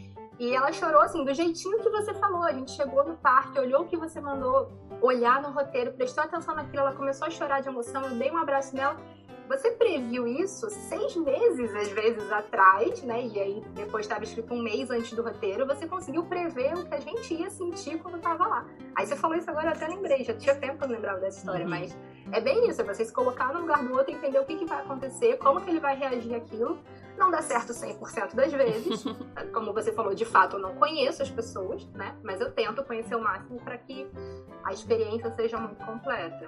B: E ela chorou, assim, do jeitinho que você falou. A gente chegou no parque, olhou o que você mandou olhar no roteiro, prestou atenção naquilo, ela começou a chorar de emoção, eu dei um abraço nela. Você previu isso seis meses, às vezes, atrás, né? E aí, depois estava escrito um mês antes do roteiro, você conseguiu prever o que a gente ia sentir quando estava lá. Aí você falou isso agora, eu até lembrei, já tinha tempo que eu não lembrava dessa história, uhum. Mas é bem isso, é você se colocar no lugar do outro, entender o que, que vai acontecer, como que ele vai reagir àquilo. Não dá certo cem por cento das vezes. Como você falou, de fato, eu não conheço as pessoas, né? Mas eu tento conhecer o máximo para que a experiência seja muito completa.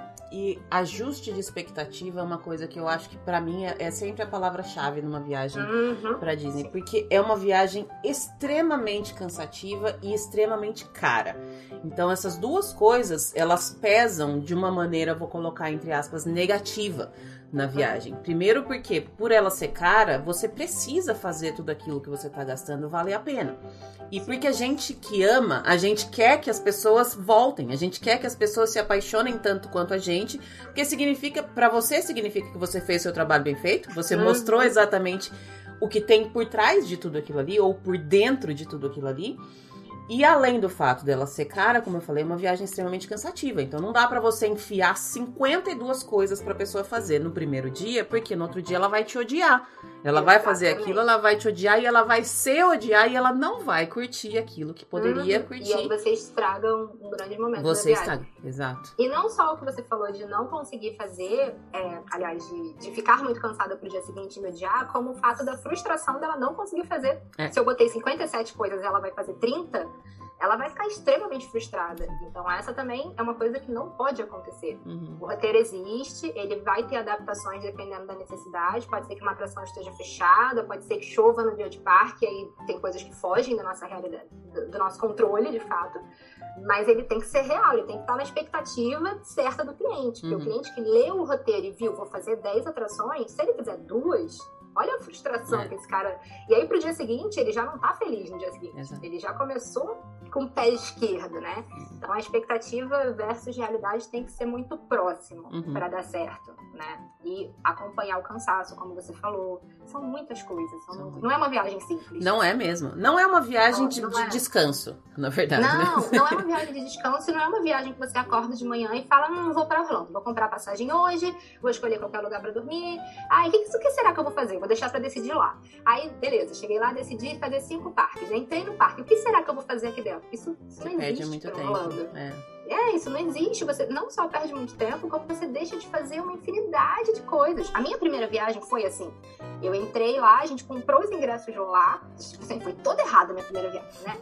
A: E ajuste de expectativa é uma coisa que eu acho que pra mim é sempre a palavra-chave numa viagem uhum. pra Disney. Sim. Porque é uma viagem extremamente cansativa e extremamente cara. Então essas duas coisas, elas pesam de uma maneira, vou colocar entre aspas, negativa na viagem. Primeiro porque, por ela ser cara, você precisa fazer tudo aquilo que você tá gastando valer a pena. E porque a gente que ama, a gente quer que as pessoas voltem, a gente quer que as pessoas se apaixonem tanto quanto a gente, porque significa, pra você significa que você fez seu trabalho bem feito, você uhum. mostrou exatamente o que tem por trás de tudo aquilo ali, ou por dentro de tudo aquilo ali. E além do fato dela ser cara, como eu falei, é uma viagem extremamente cansativa. Então não dá pra você enfiar cinquenta e duas coisas pra pessoa fazer no primeiro dia, porque no outro dia ela vai te odiar. Ela vai fazer aquilo, ela vai te odiar e ela vai se odiar e ela não vai curtir aquilo que poderia uhum. curtir.
B: E aí você estraga um grande momento
A: Você
B: da viagem.
A: estraga, exato.
B: E não só o que você falou de não conseguir fazer, é, aliás, de, de ficar muito cansada pro dia seguinte e me odiar, como o fato da frustração dela não conseguir fazer. É. Se eu botei cinquenta e sete coisas e ela vai fazer trinta, ela vai ficar extremamente frustrada. Então essa também é uma coisa que não pode acontecer. Uhum. O roteiro existe, ele vai ter adaptações dependendo da necessidade. Pode ser que uma atração esteja fechada, pode ser que chova no dia de parque, aí tem coisas que fogem da nossa realidade, do nosso controle, de fato. Mas ele tem que ser real, ele tem que estar na expectativa certa do cliente. Porque uhum. o cliente que leu o roteiro e viu, vou fazer dez atrações, se ele fizer duas... Olha a frustração é. que esse cara... E aí, pro dia seguinte, ele já não tá feliz no dia seguinte. Exato. Ele já começou com o pé esquerdo, né? Então, a expectativa versus realidade tem que ser muito próximo uhum. para dar certo, né? E acompanhar o cansaço, como você falou. São muitas coisas. São muito... Não é uma viagem simples.
A: Não é mesmo. Não é uma viagem não, de, não de é. descanso, na verdade.
B: Não,
A: né?
B: não é uma viagem de descanso. Não é uma viagem que você acorda de manhã e fala, hum, vou para Orlando. Vou comprar passagem hoje, vou escolher qualquer lugar para dormir. Ai, o que, que será que eu vou fazer? Vou deixar pra decidir lá. Aí, beleza, cheguei lá, decidi fazer cinco parques. Já entrei no parque. O que será que eu vou fazer aqui dentro? Isso, isso não existe.
A: Perde muito tempo.
B: É. é, isso não existe. Você não só perde muito tempo, como você deixa de fazer uma infinidade de coisas. A minha primeira viagem foi assim. Eu entrei lá, a gente comprou os ingressos lá. Assim, foi toda errada a minha primeira viagem, né?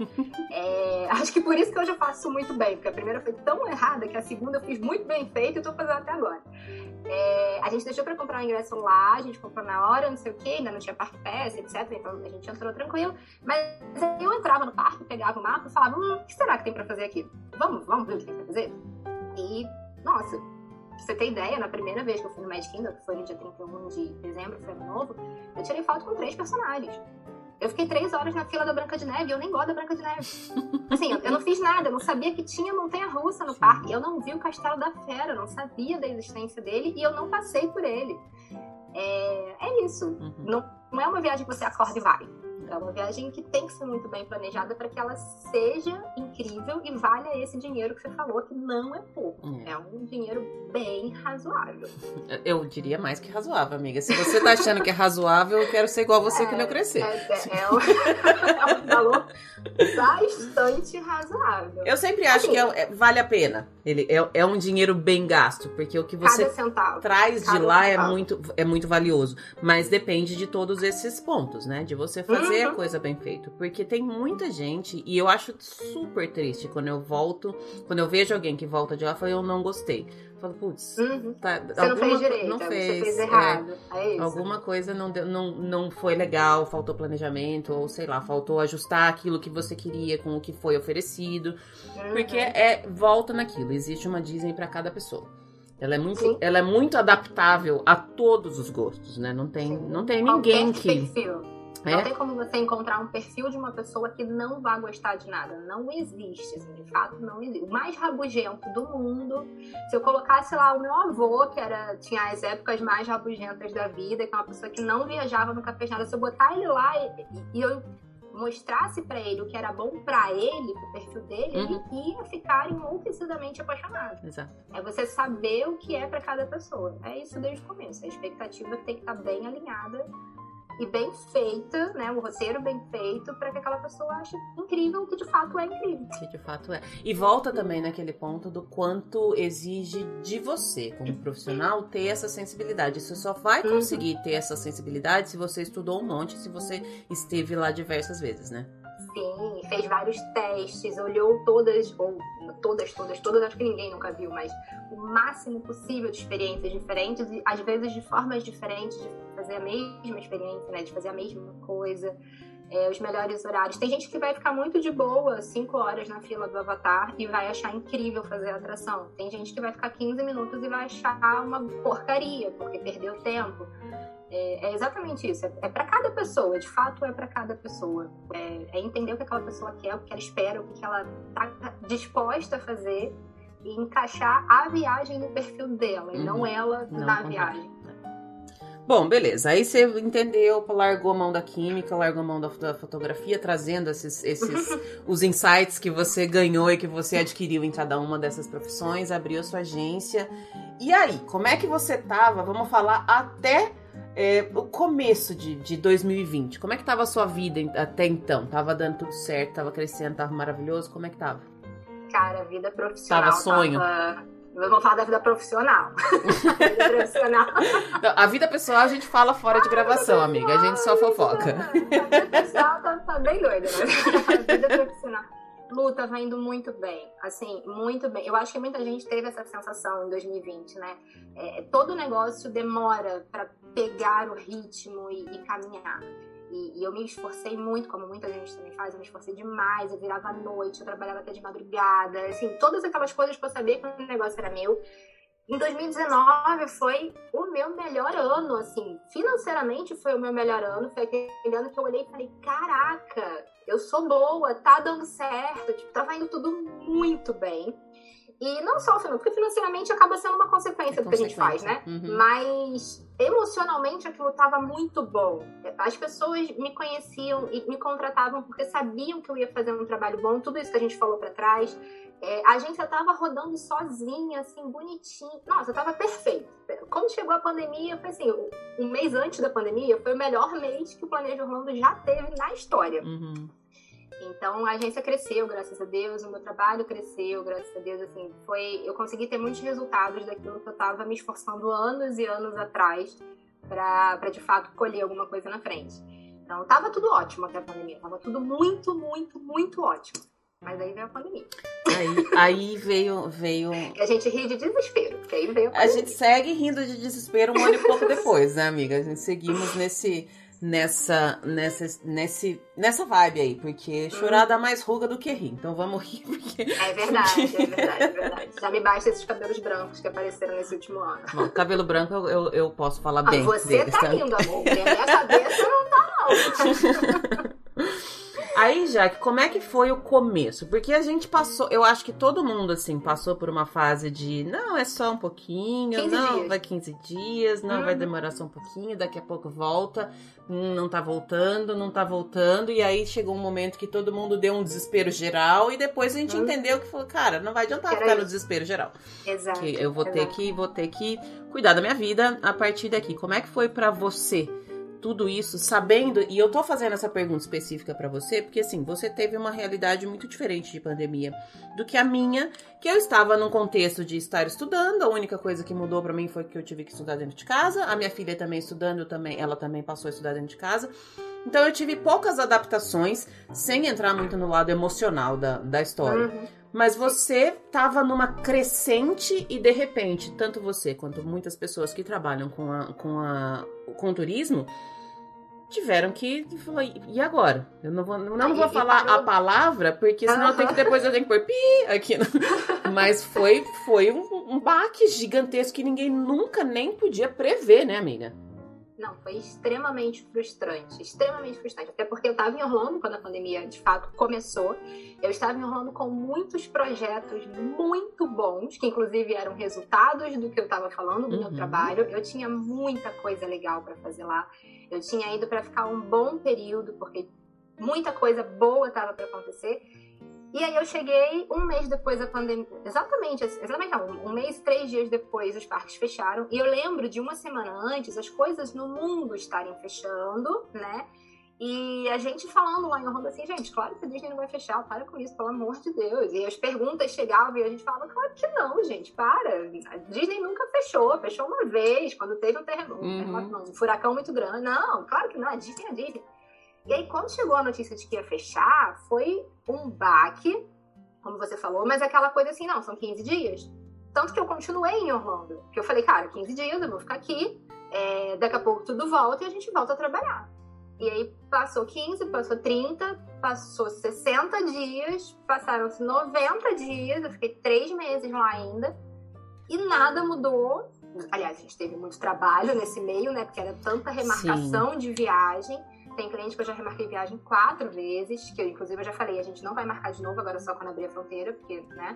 B: é, acho que por isso que hoje eu faço muito bem, porque a primeira foi tão errada que a segunda eu fiz muito bem feito e eu tô fazendo até agora. É, a gente deixou pra comprar o ingresso lá, a gente comprou na hora, não sei o que, ainda não tinha Parque Pass, etcétera. Então a gente entrou tranquilo. Mas eu entrava no parque, pegava o mapa e falava, hum, o que será que tem pra fazer aqui? Vamos, vamos ver o que tem pra fazer? E, nossa, pra você ter ideia, na primeira vez que eu fui no Magic Kingdom, que foi no dia trinta e um de dezembro, foi ano novo, eu tirei foto com três personagens. Eu fiquei três horas na fila da Branca de Neve e eu nem gosto da Branca de Neve. Assim, eu, eu não fiz nada, eu não sabia que tinha montanha-russa no parque. Eu não vi o Castelo da Fera, eu não sabia da existência dele e eu não passei por ele. É, é isso. Uhum. Não, não é uma viagem que você acorda e vai. É uma viagem que tem que ser muito bem planejada para que ela seja incrível e valha esse dinheiro que você falou, que não é pouco. É, é um dinheiro bem razoável.
A: Eu diria mais que razoável, amiga. Se você tá achando que é razoável, eu quero ser igual a você é, quando eu crescer.
B: É, é, é, um, é um valor bastante razoável.
A: Eu sempre acho assim, que é, é, vale a pena. Ele é, é um dinheiro bem gasto, porque o que você
B: centavo,
A: traz de lá é muito, é muito valioso. Mas depende de todos esses pontos, né? De você fazer uhum. a coisa bem feita. Porque tem muita gente, e eu acho super super triste quando eu volto, quando eu vejo alguém que volta de lá e fala, eu não gostei. Eu falo, putz,
B: Uhum.
A: tá,
B: Você
A: alguma,
B: não fez direito,
A: não fez,
B: você fez errado. É, é isso.
A: Alguma coisa não, deu, não, não foi legal, faltou planejamento, ou sei lá, faltou ajustar aquilo que você queria com o que foi oferecido.
B: Uhum.
A: Porque é, volta naquilo, existe uma Disney pra cada pessoa. Ela é muito, ela é muito adaptável a todos os gostos, né? Não tem, não tem ninguém
B: Qualquer
A: que...
B: perfil.
A: É?
B: Não tem como você encontrar um perfil de uma pessoa que não vai gostar de nada. Não existe, assim, de fato não existe. O mais rabugento do mundo, se eu colocasse lá o meu avô, que era, tinha as épocas mais rabugentas da vida, que é uma pessoa que não viajava, nunca fez nada, se eu botar ele lá e, e eu mostrasse pra ele o que era bom pra ele, pro perfil dele, uhum. ele ia ficar enlouquecidamente apaixonado.
A: Exato.
B: É você saber o que é pra cada pessoa. É isso desde o começo. A expectativa tem que estar bem alinhada e bem feita, né? O roteiro bem feito para que aquela pessoa ache incrível o que de fato é incrível.
A: Que de fato é. E volta também naquele ponto do quanto exige de você, como profissional, ter essa sensibilidade. Você só vai conseguir ter essa sensibilidade se você estudou um monte, se você esteve lá diversas vezes, né?
B: Sim, fez vários testes, olhou todas, ou todas, todas, todas, acho que ninguém nunca viu, mas o máximo possível de experiências diferentes, e às vezes de formas diferentes de fazer a mesma experiência, né, de fazer a mesma coisa, é, os melhores horários. Tem gente que vai ficar muito de boa, cinco horas na fila do Avatar e vai achar incrível fazer a atração. Tem gente que vai ficar quinze minutos e vai achar uma porcaria, porque perdeu tempo. É, é exatamente isso, é, é para cada pessoa, de fato é para cada pessoa. É, é entender o que aquela pessoa quer, o que ela espera, o que ela está disposta a fazer e encaixar a viagem no perfil dela, uhum. e não ela não na viagem.
A: Bom, beleza. Aí você entendeu, largou a mão da química, largou a mão da, da fotografia, trazendo esses, esses os insights que você ganhou e que você adquiriu em cada uma dessas profissões, abriu a sua agência. E aí, como é que você tava? Vamos falar até... É, o começo de, de dois mil e vinte, como é que tava a sua vida até então? Tava dando tudo certo, tava crescendo, tava maravilhoso? Como é que tava?
B: Cara, a vida profissional
A: tava sonho?
B: Tava... Vamos falar da vida profissional. A vida profissional.
A: A vida pessoal a gente fala fora de gravação, ah, amiga. A gente só fofoca.
B: A vida pessoal tá, tá bem doida, né? A vida profissional. Lu, tava indo muito bem, assim, muito bem. Eu acho que muita gente teve essa sensação em dois mil e vinte, né? É, todo negócio demora para pegar o ritmo e, e caminhar. E, e eu me esforcei muito, como muita gente também faz, eu me esforcei demais. Eu virava à noite, eu trabalhava até de madrugada, assim, todas aquelas coisas que eu sabia que o negócio era meu. Em dois mil e dezenove foi o meu melhor ano, assim, financeiramente foi o meu melhor ano. Foi aquele ano que eu olhei e falei, caraca, eu sou boa, tá dando certo, tipo, tava indo tudo muito bem. E não só, porque financeiramente acaba sendo uma consequência é do que a gente faz, né? Uhum. Mas emocionalmente aquilo tava muito bom. As pessoas me conheciam e me contratavam porque sabiam que eu ia fazer um trabalho bom, tudo isso que a gente falou pra trás. É, a agência tava rodando sozinha, assim, bonitinho. Nossa, tava perfeito. Quando chegou a pandemia, foi assim, um mês antes da pandemia, foi o melhor mês que o Planeja Orlando já teve na história.
A: Uhum.
B: Então, a agência cresceu, graças a Deus, o meu trabalho cresceu, graças a Deus, assim, foi... Eu consegui ter muitos resultados daquilo que eu tava me esforçando anos e anos atrás pra, pra de fato, colher alguma coisa na frente. Então, tava tudo ótimo até a pandemia, tava tudo muito, muito, muito ótimo. Mas aí veio a pandemia.
A: Aí, aí veio, veio...
B: E a gente ri de desespero, porque aí veio a
A: pandemia. A gente segue rindo de desespero um ano e pouco depois, né, amiga? A gente seguimos nesse... Nessa, nessa, nesse, nessa vibe aí, porque chorar hum. dá mais ruga do que rir. Então vamos rir porque...
B: É verdade, é verdade, é verdade. Já me basta esses cabelos brancos que apareceram nesse último ano.
A: Bom, cabelo branco eu, eu, eu posso falar ah, bem
B: você
A: deles,
B: tá lindo, amor. Na minha cabeça não tá, não.
A: Aí, Jaque, como é que foi o começo? Porque a gente passou, eu acho que todo mundo, assim, passou por uma fase de, não, é só um pouquinho, não, dias. vai quinze dias, não, hum. vai demorar só um pouquinho, daqui a pouco volta, hum, não tá voltando, não tá voltando, e aí chegou um momento que todo mundo deu um desespero geral, e depois a gente hum. entendeu que falou, cara, não vai adiantar Era ficar isso. no desespero geral.
B: Exato.
A: Que eu vou
B: exato.
A: ter que, vou ter que cuidar da minha vida a partir daqui. Como é que foi pra você? Tudo isso, sabendo, e eu tô fazendo essa pergunta específica pra você, porque assim, você teve uma realidade muito diferente de pandemia do que a minha, que eu estava num contexto de estar estudando, a única coisa que mudou pra mim foi que eu tive que estudar dentro de casa, a minha filha também estudando, eu também, ela também passou a estudar dentro de casa, Então eu tive poucas adaptações, sem entrar muito no lado emocional da, da história. Uhum. Mas você tava numa crescente e de repente, tanto você quanto muitas pessoas que trabalham com, a, com, a, com o turismo tiveram que falar, e agora? Eu não vou, não, não vou falar a palavra, porque senão eu tenho que, depois eu tenho que pôr pi aqui. Mas foi, foi um, um baque gigantesco que ninguém nunca nem podia prever, né, amiga?
B: Não, foi extremamente frustrante, extremamente frustrante. Até porque eu estava em Orlando quando a pandemia, de fato, começou. Eu estava em Orlando com muitos projetos muito bons, que inclusive eram resultados do que eu estava falando, do uhum. meu trabalho. Eu tinha muita coisa legal para fazer lá. Eu tinha ido para ficar um bom período, porque muita coisa boa estava para acontecer. E aí eu cheguei um mês depois da pandemia, exatamente, exatamente não, um mês, três dias depois os parques fecharam. E eu lembro de uma semana antes as coisas no mundo estarem fechando, né? E a gente falando lá em Orlando assim, gente, claro que a Disney não vai fechar, para com isso, pelo amor de Deus. E as perguntas chegavam e a gente falava, claro que não, gente, para. A Disney nunca fechou, fechou uma vez, quando teve um terremoto, uhum. um furacão muito grande. Não, claro que não, a Disney é a Disney. E aí, quando chegou a notícia de que ia fechar, foi um baque, como você falou, mas aquela coisa assim, não, são quinze dias. Tanto que eu continuei em Orlando. Porque eu falei, cara, quinze dias, eu vou ficar aqui, é, daqui a pouco tudo volta e a gente volta a trabalhar. E aí, passou quinze, passou trinta, passou sessenta dias, passaram-se noventa dias, eu fiquei três meses lá ainda, e nada mudou. Aliás, a gente teve muito trabalho nesse meio, né, porque era tanta remarcação Sim. de viagem. Tem cliente que eu já remarquei viagem quatro vezes, que eu, inclusive, eu já falei, a gente não vai marcar de novo, agora só quando abrir a fronteira, porque, né?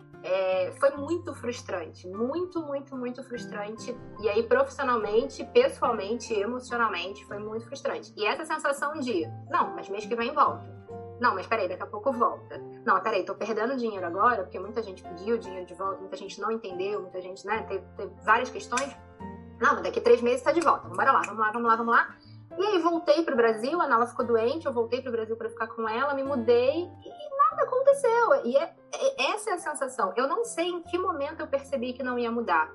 B: É, foi muito frustrante, muito, muito, muito frustrante. E aí, profissionalmente, pessoalmente, emocionalmente, foi muito frustrante. E essa sensação de, não, mas mês que vem volta. Não, mas peraí, daqui a pouco volta. Não, peraí, tô perdendo dinheiro agora, porque muita gente pediu dinheiro de volta, muita gente não entendeu, muita gente, né, teve, teve várias questões. Não, mas daqui a três meses tá de volta, bora lá, vamos lá, vamos lá, vamos lá. E aí voltei pro Brasil, a Nala ficou doente, eu voltei pro Brasil pra ficar com ela, me mudei e nada aconteceu. E é, é, essa é a sensação. Eu não sei em que momento eu percebi que não ia mudar,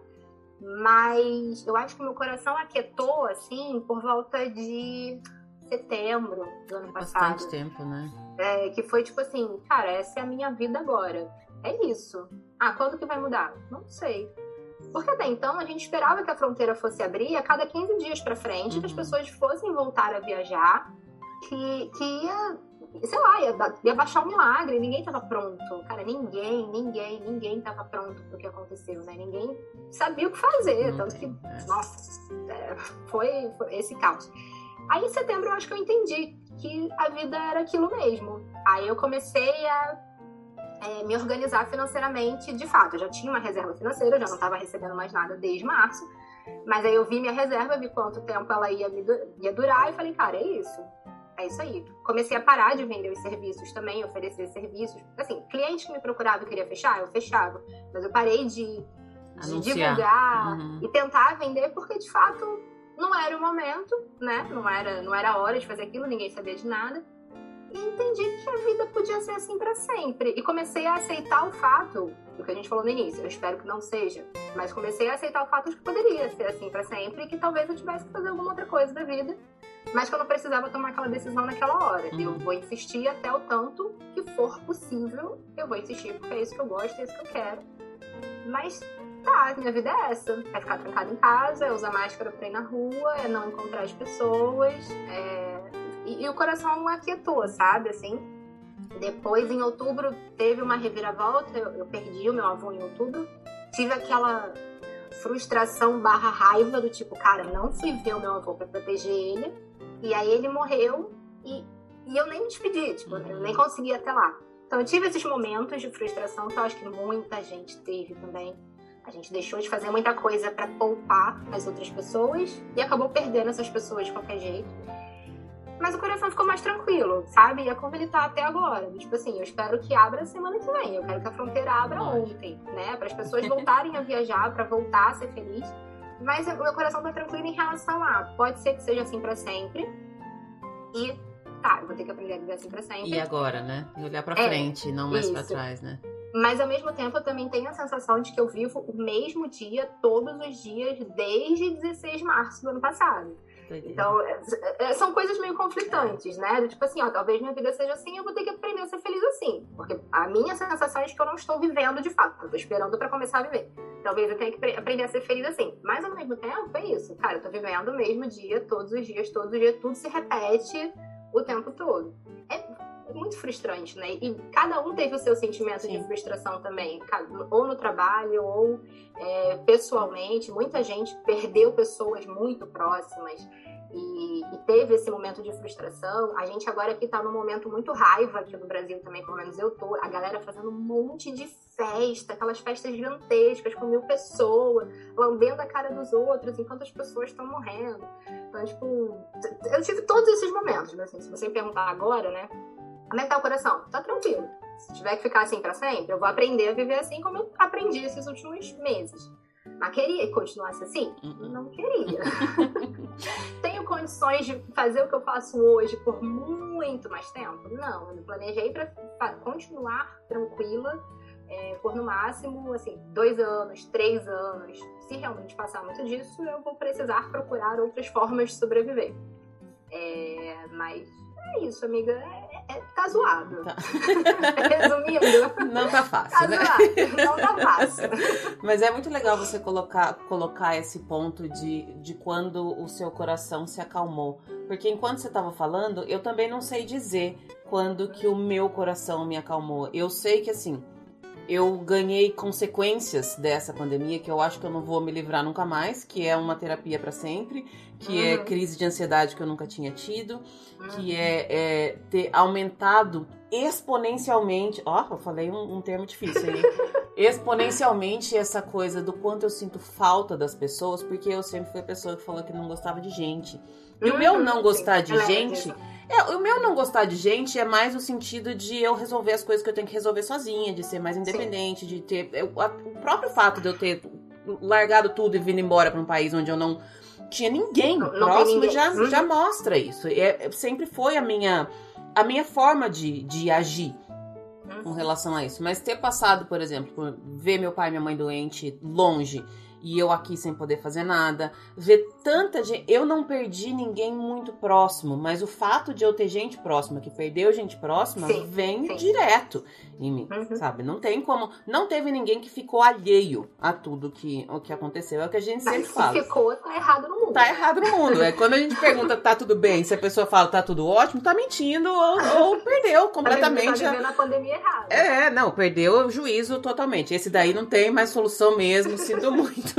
B: mas eu acho que meu coração aquietou, assim, por volta de setembro do ano passado.
A: Bastante tempo, né?
B: É, que foi tipo assim, cara, essa é a minha vida agora. É isso. Ah, quando que vai mudar? Não sei. Porque até então a gente esperava que a fronteira fosse abrir a cada quinze dias pra frente, uhum. que as pessoas fossem voltar a viajar, que, que ia, sei lá, ia, ia baixar um milagre, ninguém tava pronto. Cara, ninguém, ninguém, ninguém tava pronto pro que aconteceu, né? Ninguém sabia o que fazer, uhum. tanto que, nossa, é, foi, foi esse caos. Aí em setembro eu acho que eu entendi que a vida era aquilo mesmo. Aí eu comecei a É, me organizar financeiramente, de fato. Eu já tinha uma reserva financeira, eu já não estava recebendo mais nada desde março, mas aí eu vi minha reserva, vi quanto tempo ela ia, me, ia durar e falei, cara, é isso, é isso aí. Comecei a parar de vender os serviços também, oferecer serviços. Assim, cliente que me procurava e queria fechar, eu fechava, mas eu parei de, de divulgar uhum. e tentar vender, porque de fato não era o momento, né? Não era, não era a hora de fazer aquilo, ninguém sabia de nada. E entendi que a vida podia ser assim pra sempre. E comecei a aceitar o fato, do que a gente falou no início, eu espero que não seja, mas comecei a aceitar o fato de que poderia ser assim pra sempre e que talvez eu tivesse que fazer alguma outra coisa da vida, mas que eu não precisava tomar aquela decisão naquela hora. Uhum. Eu vou insistir até o tanto que for possível, eu vou insistir porque é isso que eu gosto, é isso que eu quero. Mas tá, minha vida é essa. É ficar trancada em casa, é usar máscara pra ir na rua, é não encontrar as pessoas, é... E, e o coração aquietou, sabe, assim. Depois, em outubro, teve uma reviravolta, eu, eu perdi o meu avô em outubro. Tive aquela frustração barra raiva do tipo, cara, não fui ver o meu avô pra proteger ele. E aí ele morreu e, e eu nem me despedi, tipo, eu nem consegui ir até lá. Então eu tive esses momentos de frustração que eu acho que muita gente teve também. A gente deixou de fazer muita coisa pra poupar as outras pessoas e acabou perdendo essas pessoas de qualquer jeito. Mas o coração ficou mais tranquilo, sabe? E é como ele tá até agora. Tipo assim, eu espero que abra semana que vem. Eu quero que a fronteira abra ontem, né? Para as pessoas voltarem a viajar, para voltar a ser feliz. Mas o meu coração tá tranquilo em relação a... Pode ser que seja assim para sempre. E, tá, eu vou ter que aprender a viver assim pra sempre.
A: E agora, né? E olhar pra é, frente, não mais isso. pra trás, né?
B: Mas, ao mesmo tempo, eu também tenho a sensação de que eu vivo o mesmo dia, todos os dias, desde dezesseis de março do ano passado. Então, é, é, são coisas meio conflitantes, né? Tipo assim, ó, talvez minha vida seja assim, eu vou ter que aprender a ser feliz assim. Porque a minha sensação é de que eu não estou vivendo de fato, eu tô esperando pra começar a viver. Talvez eu tenha que aprender a ser feliz assim. Mas, ao mesmo tempo, é isso. Cara, eu tô vivendo o mesmo dia, todos os dias, todos os dias, tudo se repete o tempo todo. É muito frustrante, né? E cada um teve o seu sentimento Sim. de frustração também, ou no trabalho, ou é, pessoalmente. Muita gente perdeu pessoas muito próximas e, e teve esse momento de frustração. A gente agora aqui tá num momento muito raiva aqui no Brasil também, pelo menos eu tô. A galera fazendo um monte de festa, aquelas festas gigantescas com mil pessoas, lambendo a cara dos outros enquanto as pessoas estão morrendo. Então, tipo, eu tive todos esses momentos, mas assim, se você me perguntar agora, né? Como é que tá o coração? Tá tranquilo. Se tiver que ficar assim pra sempre, eu vou aprender a viver assim como eu aprendi esses últimos meses. Mas queria que continuasse assim? Não queria. Tenho condições de fazer o que eu faço hoje por muito mais tempo? Não. Eu planejei pra continuar tranquila é, por no máximo, assim, dois anos, três anos. Se realmente passar muito disso, eu vou precisar procurar outras formas de sobreviver. É, mas... É isso, amiga. É, é, tá zoado. Tá. Resumindo.
A: Não tá fácil,
B: tá
A: né?
B: Zoado. Não tá fácil.
A: Mas é muito legal você colocar, colocar esse ponto de, de quando o seu coração se acalmou. Porque enquanto você tava falando, eu também não sei dizer quando que o meu coração me acalmou. Eu sei que, assim, eu ganhei consequências dessa pandemia que eu acho que eu não vou me livrar nunca mais, que é uma terapia pra sempre, que uhum. é crise de ansiedade que eu nunca tinha tido, uhum. que é, é ter aumentado exponencialmente, ó, eu falei um, um termo difícil aí, exponencialmente essa coisa do quanto eu sinto falta das pessoas, porque eu sempre fui a pessoa que falou que não gostava de gente. E uhum. o meu não gostar de gente... É, o meu não gostar de gente é mais o sentido de eu resolver as coisas que eu tenho que resolver sozinha, de ser mais independente, Sim. de ter... Eu, a, o próprio fato de eu ter largado tudo e vindo embora para um país onde eu não tinha ninguém não, não próximo ninguém. Já, uhum. já mostra isso. É, sempre foi a minha, a minha forma de, de agir uhum. com relação a isso. Mas ter passado, por exemplo, por ver meu pai e minha mãe doente longe... E eu aqui sem poder fazer nada. Ver tanta gente... Eu não perdi ninguém muito próximo. Mas o fato de eu ter gente próxima, que perdeu gente próxima, sim, vem sim. direto em mim, uhum. sabe? Não tem como... Não teve ninguém que ficou alheio a tudo que, o que aconteceu. É o que a gente mas sempre fala.
B: Se ficou, tá errado no mundo.
A: Tá errado no mundo. É quando a gente pergunta, tá tudo bem? Se a pessoa fala, tá tudo ótimo, tá mentindo ou, ou perdeu completamente.
B: Tá vivendo a pandemia errada.
A: É, não, perdeu o juízo totalmente. Esse daí não tem mais solução mesmo, sinto muito.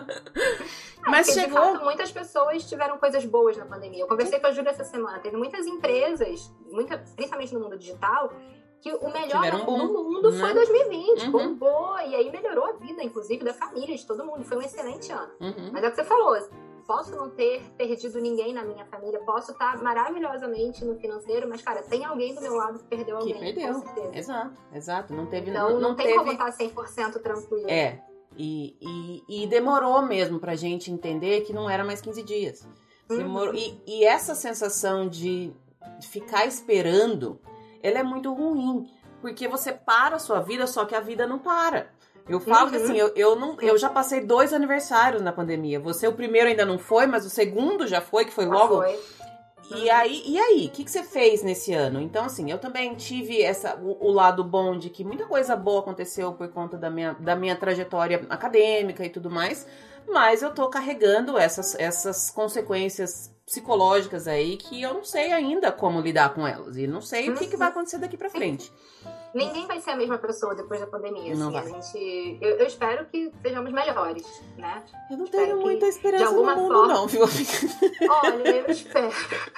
A: Mas
B: porque,
A: chegou...
B: de fato, muitas pessoas tiveram coisas boas na pandemia. Eu conversei com a Júlia essa semana. Teve muitas empresas, muita, principalmente no mundo digital, que o melhor
A: um boom,
B: do mundo
A: né?
B: foi dois mil e vinte.
A: Uhum.
B: Bombou. E aí melhorou a vida, inclusive, da família, de todo mundo. Foi um excelente ano.
A: Uhum.
B: Mas é o que você falou. Posso não ter perdido ninguém na minha família. Posso estar maravilhosamente no financeiro. Mas, cara, tem alguém do meu lado que perdeu alguém.
A: Que perdeu.
B: Com certeza.
A: Exato, exato. Não teve...
B: Então,
A: não,
B: não,
A: não
B: tem
A: teve...
B: como estar cem por cento tranquilo.
A: É. E, e, e demorou mesmo pra gente entender que não era mais quinze dias. Demorou, uhum. e, e essa sensação de, de ficar esperando, ela é muito ruim. Porque você para a sua vida, só que a vida não para. Eu falo uhum. que assim, eu, eu, não, eu já passei dois aniversários na pandemia. Você, o primeiro ainda não foi, mas o segundo já foi, que foi
B: já
A: logo...
B: Foi.
A: E aí, e aí, o que, que você fez nesse ano? Então, assim, eu também tive essa, o, o lado bom de que muita coisa boa aconteceu por conta da minha, da minha trajetória acadêmica e tudo mais, mas eu tô carregando essas, essas consequências psicológicas aí que eu não sei ainda como lidar com elas. E não sei uhum. o que, que vai acontecer daqui pra frente.
B: Ninguém vai ser a mesma pessoa depois da pandemia.
A: Não
B: assim,
A: vai.
B: A gente, eu, eu espero que sejamos melhores, né?
A: Eu não
B: espero
A: tenho muita
B: que,
A: esperança
B: de alguma
A: no mundo,
B: forma...
A: não, viu?
B: Olha, eu espero.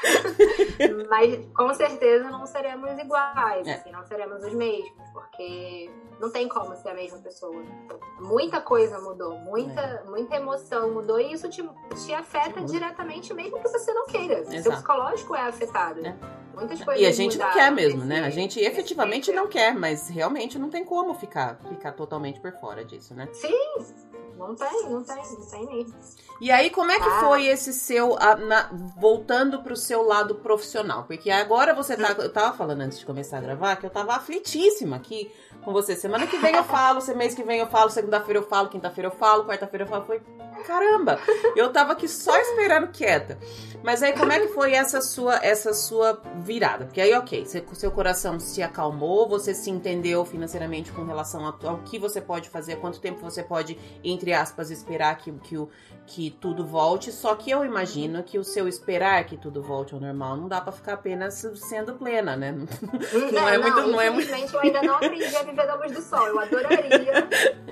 B: Mas com certeza não seremos iguais,
A: é.
B: assim, não seremos os mesmos, porque não tem como ser a mesma pessoa. Muita coisa mudou, muita, é. muita emoção mudou e isso te, te afeta Sim. diretamente, mesmo que você não queira.
A: Exato.
B: Seu psicológico é afetado.
A: É.
B: Muitas coisas
A: e a gente
B: mudaram,
A: não quer mesmo, né? A
B: esse,
A: gente efetivamente não quer, mas realmente não tem como ficar, ficar totalmente por fora disso, né?
B: Sim, não tem, não tem, não tem mesmo.
A: E aí, como é que
B: ah.
A: foi esse seu, a, na, voltando pro seu lado profissional? Porque agora você tá, eu tava falando antes de começar a gravar, que eu tava aflitíssima aqui com você. Semana que vem eu falo, mês que vem eu falo, segunda-feira eu falo, quinta-feira eu falo, quarta-feira eu falo. Foi, caramba, eu tava aqui só esperando quieta. Mas aí, como é que foi essa sua, essa sua virada? Porque aí, ok, você, seu coração se acalmou, você se entendeu financeiramente com relação ao, ao que você pode fazer, quanto tempo você pode, entre aspas, esperar que, que, o, que tudo volte. Só que eu imagino que o seu esperar que tudo volte ao normal não dá pra ficar apenas sendo plena, né? Não,
B: não
A: é
B: não,
A: muito... Não é muito...
B: eu ainda não aprendi a viver da luz do sol. Eu adoraria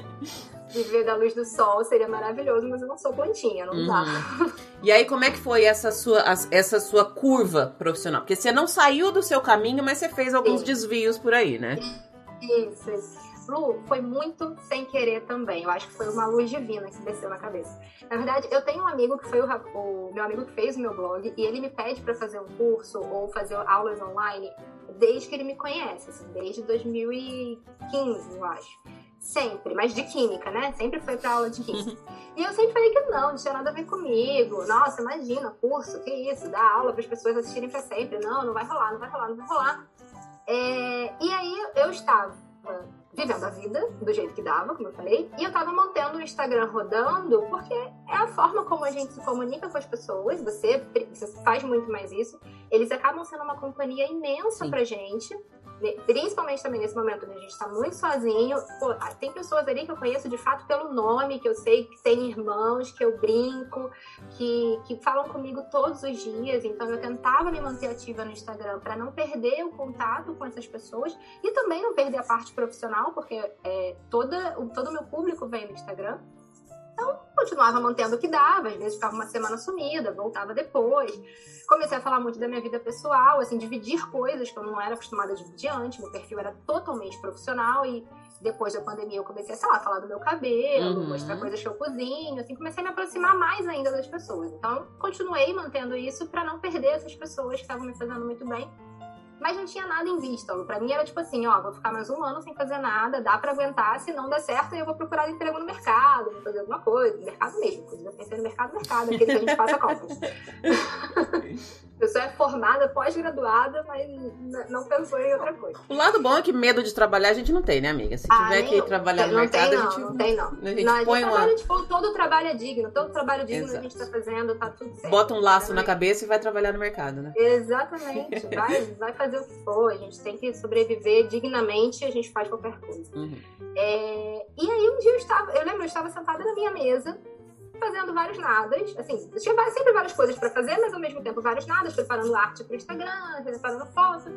B: viver da luz do sol, seria maravilhoso, mas eu não sou plantinha, não uhum. dá.
A: E aí, como é que foi essa sua, essa sua curva profissional? Porque você não saiu do seu caminho, mas você fez alguns Sim. desvios por aí, né?
B: Isso, isso. Lu, foi muito sem querer também. Eu acho que foi uma luz divina que desceu na cabeça. Na verdade, eu tenho um amigo que foi o, o meu amigo que fez o meu blog, e ele me pede pra fazer um curso ou fazer aulas online desde que ele me conhece, assim, desde dois mil e quinze, eu acho. Sempre, mas de química, né? Sempre foi pra aula de química. E eu sempre falei que não, não tinha nada a ver comigo. Nossa, imagina, curso, que isso? Dar aula para as pessoas assistirem pra sempre. Não, não vai rolar, não vai rolar, não vai rolar. É... E aí eu estava vivendo a vida do jeito que dava, como eu falei, e eu tava mantendo o Instagram rodando, porque é a forma como a gente se comunica com as pessoas. Você, você faz muito mais isso. Eles acabam sendo uma companhia imensa Sim. pra gente. Principalmente também nesse momento onde a gente tá muito sozinho. Pô, tem pessoas ali que eu conheço de fato pelo nome, que eu sei que tem irmãos, que eu brinco, que, que falam comigo todos os dias. Então eu tentava me manter ativa no Instagram para não perder o contato com essas pessoas e também não perder a parte profissional, porque é, toda, o, todo o meu público vem do Instagram. Então, continuava mantendo o que dava, às vezes ficava uma semana sumida, voltava depois. Comecei a falar muito da minha vida pessoal, assim, dividir coisas que eu não era acostumada a dividir antes. Meu perfil era totalmente profissional e depois da pandemia eu comecei a, sei lá, falar do meu cabelo, uhum. mostrar coisas que eu cozinho, assim, comecei a me aproximar mais ainda das pessoas. Então, continuei mantendo isso pra não perder essas pessoas que estavam me fazendo muito bem. Mas não tinha nada em vista. Pra mim era tipo assim, ó, vou ficar mais um ano sem fazer nada, dá pra aguentar, se não der certo eu vou procurar emprego no mercado, vou fazer alguma coisa, no mercado mesmo, inclusive eu pensei no mercado, mercado, aquele que a gente passa compras. A pessoa é formada, pós-graduada, mas não pensou em outra coisa.
A: O lado bom é que medo de trabalhar a gente não tem, né, amiga? Se ah, tiver que trabalhar no
B: não
A: mercado,
B: tem, não,
A: a gente...
B: Não tem, não.
A: A gente
B: não,
A: põe
B: a gente
A: uma...
B: trabalha, tipo, todo trabalho é digno, todo trabalho digno Exato. A gente tá fazendo, tá tudo certo.
A: Bota um laço na cabeça e vai trabalhar no mercado, né?
B: Exatamente, vai, vai fazer o que for, a gente tem que sobreviver dignamente, a gente faz qualquer coisa.
A: Uhum.
B: É... E aí um dia eu estava, eu lembro, eu estava sentada na minha mesa, fazendo vários nadas, assim, eu tinha sempre várias coisas pra fazer, mas ao mesmo tempo vários nadas, preparando arte pro Instagram, preparando foto.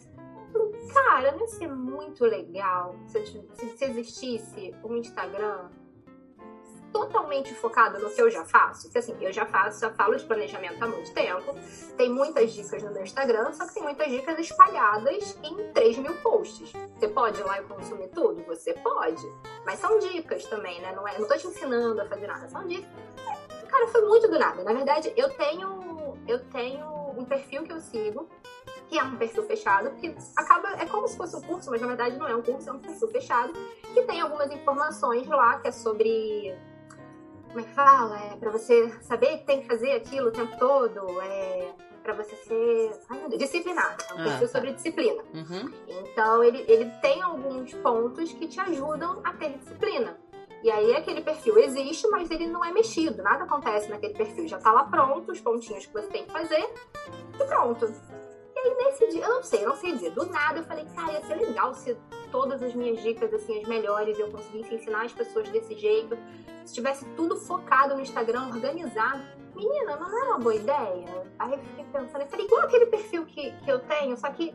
B: Cara, não ia ser muito legal se, se, se existisse um Instagram totalmente focado no que eu já faço. Porque assim, eu já faço, já falo de planejamento há muito tempo, tem muitas dicas no meu Instagram, só que tem muitas dicas espalhadas em três mil posts. Você pode ir lá e consumir tudo? Você pode. Mas são dicas também, né? Não, é, não tô te ensinando a fazer nada, são dicas. Cara, foi muito do nada. Na verdade, eu tenho, eu tenho um perfil que eu sigo, que é um perfil fechado, que acaba, é como se fosse um curso, mas na verdade não é um curso, é um perfil fechado, que tem algumas informações lá, que é sobre... Como é que fala? É pra você saber que tem que fazer aquilo o tempo todo. É pra você ser... Ai, meu Deus, disciplinar. É um ah, perfil tá. sobre disciplina.
A: Uhum.
B: Então, ele, ele tem alguns pontos que te ajudam a ter disciplina. E aí, aquele perfil existe, mas ele não é mexido. Nada acontece naquele perfil. Já tá lá pronto, os pontinhos que você tem que fazer. E pronto. E aí, nesse dia... Eu não sei, eu não sei dizer. Do nada, eu falei, cara, ia ser legal se todas as minhas dicas, assim, as melhores, eu conseguisse ensinar as pessoas desse jeito. Se tivesse tudo focado no Instagram, organizado. Menina, não era uma boa ideia? Aí eu fiquei pensando, eu falei, igual aquele perfil que, que eu tenho, só que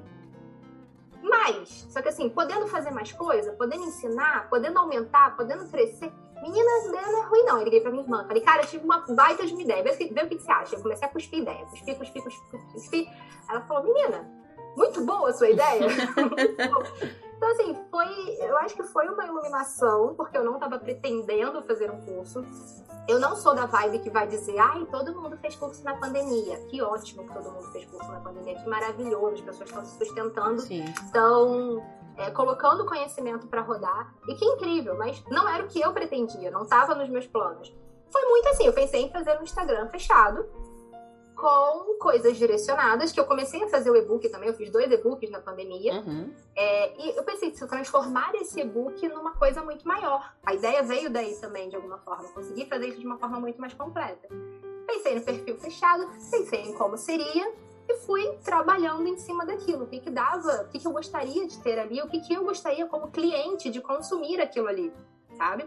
B: mais. Só que assim, podendo fazer mais coisa, podendo ensinar, podendo aumentar, podendo crescer. Menina, essa ideia não é ruim, não. Eu liguei pra minha irmã, falei, cara, eu tive uma baita de uma ideia, vê, vê o que, que você acha. Eu comecei a cuspir ideia, cuspir, cuspir, cuspir, cuspir. Ela falou, menina, Muito boa a sua ideia. Então, assim, foi, eu acho que foi uma iluminação, porque eu não estava pretendendo fazer um curso. Eu não sou da vibe que vai dizer, ai, todo mundo fez curso na pandemia. Que ótimo que todo mundo fez curso na pandemia, que maravilhoso, as pessoas estão se sustentando,
A: Sim.
B: estão é, colocando conhecimento para rodar. E que incrível, mas não era o que eu pretendia, não estava nos meus planos. Foi muito assim, eu pensei em fazer um Instagram fechado, com coisas direcionadas, que eu comecei a fazer o e-book também, eu fiz dois e-books na pandemia,
A: Uhum.
B: é, e eu pensei, se eu transformar esse e-book numa coisa muito maior. A ideia veio daí também, de alguma forma, consegui fazer isso de uma forma muito mais completa. Pensei no perfil fechado, pensei em como seria, e fui trabalhando em cima daquilo, o que que dava, o que que eu gostaria de ter ali, o que que eu gostaria como cliente de consumir aquilo ali, sabe?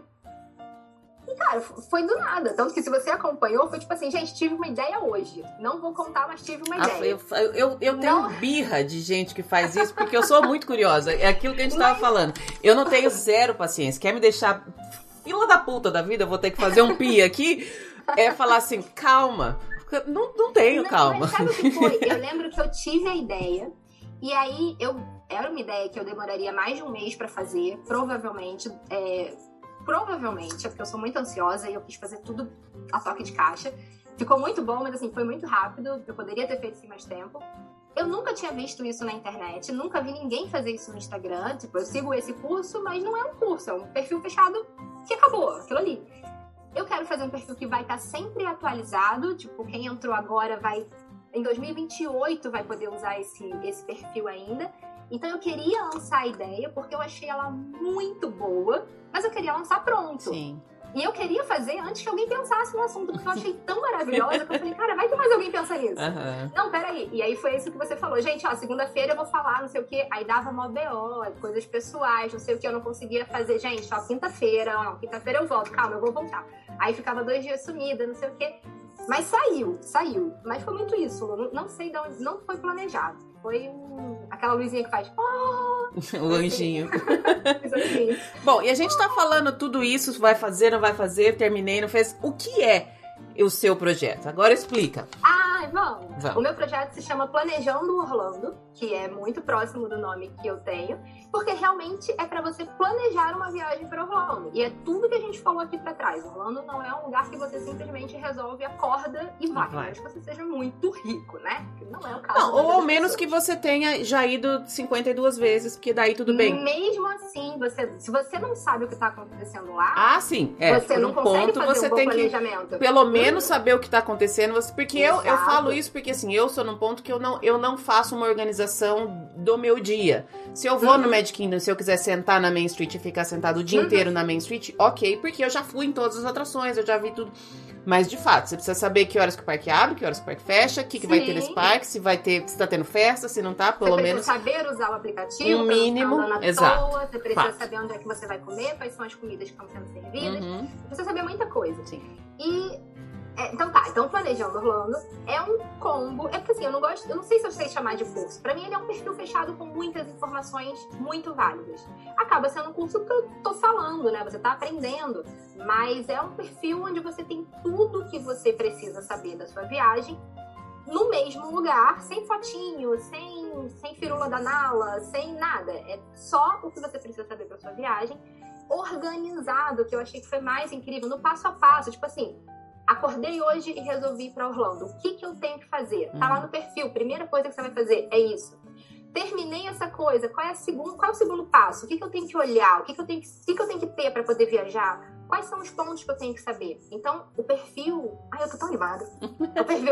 B: E, cara, foi do nada. Tanto que se você acompanhou, foi tipo assim, gente, tive uma ideia hoje. Não vou contar, mas tive uma
A: Ah,
B: ideia.
A: eu, eu, eu tenho
B: Não.
A: birra de gente que faz isso, porque eu sou muito curiosa. É aquilo que a gente tava falando. Eu não tenho zero paciência. Quer me deixar fila da puta da vida? Eu vou ter que fazer um pi aqui. É falar assim, calma. Não, não tenho
B: Não,
A: calma.
B: mas sabe o que foi? Eu lembro que eu tive a ideia. E aí, eu era uma ideia que eu demoraria mais de um mês pra fazer. Provavelmente... É, Provavelmente, é porque eu sou muito ansiosa e eu quis fazer tudo a toque de caixa. Ficou muito bom, mas assim, foi muito rápido. Eu poderia ter feito isso em mais tempo. Eu nunca tinha visto isso na internet, nunca vi ninguém fazer isso no Instagram. Tipo, eu sigo esse curso, mas não é um curso, é um perfil fechado que acabou, aquilo ali. Eu quero fazer um perfil que vai estar sempre atualizado. Tipo, quem entrou agora vai... Em dois mil e vinte e oito vai poder usar esse, esse perfil ainda. Então eu queria lançar a ideia, porque eu achei ela muito boa, mas eu queria lançar pronto.
A: Sim.
B: E eu queria fazer antes que alguém pensasse no assunto, porque eu achei tão maravilhosa que eu falei, cara, vai que mais alguém pensa nisso.
A: Uhum.
B: Não, peraí. E aí foi isso que você falou. Gente, ó, segunda-feira eu vou falar, não sei o quê. Aí dava mó B O, coisas pessoais, não sei o que, eu não conseguia fazer. Gente, ó, quinta-feira, ó, quinta-feira eu volto. Calma, eu vou voltar. Aí ficava dois dias sumida, não sei o quê. Mas saiu, saiu. Mas foi muito isso, Lu. Não sei de onde, não foi planejado. Foi um, aquela luzinha que faz... Oh!
A: O anjinho.
B: Assim.
A: Bom, e a gente tá falando tudo isso, vai fazer, não vai fazer, terminei, não fez. O que é o seu projeto? Agora explica.
B: Ah, vamos.
A: Vamos.
B: O meu projeto se chama Planejando Orlando, que é muito próximo do nome que eu tenho, porque realmente é para você planejar uma viagem para Orlando. E é tudo que a gente falou aqui para trás. Orlando não é um lugar que você simplesmente resolve, acorda e vai.
A: Vai.
B: Mas que você seja muito rico, né? Que não é o caso.
A: Não, ou ao menos que você tenha já ido cinquenta e duas vezes, porque daí tudo bem.
B: Mesmo assim, você, se você não sabe o que tá acontecendo lá,
A: Ah, sim. É,
B: você
A: por
B: não
A: um
B: consegue
A: ponto
B: fazer
A: você
B: um bom
A: tem que
B: planejamento.
A: pelo menos saber o que tá acontecendo, você- porque eu, eu
B: Exato.
A: falo isso porque assim, eu sou num ponto que eu não, eu não faço uma organização do meu dia. Se eu vou
B: Uhum.
A: no Magic Kingdom, se eu quiser sentar na Main Street e ficar sentado o dia
B: Uhum.
A: inteiro na Main Street, ok, porque eu já fui em todas as atrações, eu já vi tudo. Mas, de fato, você precisa saber que horas que o parque abre, que horas que o parque fecha, o que, que vai ter
B: Sim.
A: nesse parque, se vai ter, se tá tendo festa, se não tá, pelo
B: você
A: menos.
B: precisa saber usar o aplicativo,
A: Um
B: pra não
A: mínimo,
B: ficar andando à
A: exato.
B: toa, você precisa
A: Fato.
B: saber onde é que você vai comer, quais são as comidas que estão sendo servidas,
A: Uhum.
B: você precisa saber muita coisa.
A: Sim.
B: E é, então tá, então Planejando Orlando é um combo, é porque assim, eu não gosto, eu não sei se eu sei chamar de curso, pra mim ele é um perfil fechado com muitas informações muito válidas. Acaba sendo um curso que eu tô falando, né, você tá aprendendo, mas é um perfil onde você tem tudo que você precisa saber da sua viagem no mesmo lugar, sem fotinho, sem, sem firula da Nala, sem nada, é só o que você precisa saber pra sua viagem, organizado, que eu achei que foi mais incrível, no passo a passo, tipo assim, acordei hoje e resolvi ir pra Orlando. O que que eu tenho que fazer? Tá lá no perfil. Primeira coisa que você vai fazer é isso. Terminei essa coisa. Qual é, a segundo, qual é o segundo passo? O que que eu tenho que olhar? O que que eu tenho que, o que que eu tenho que ter pra poder viajar? Quais são os pontos que eu tenho que saber? Então, o perfil... Ai, eu tô tão animada. O perfil...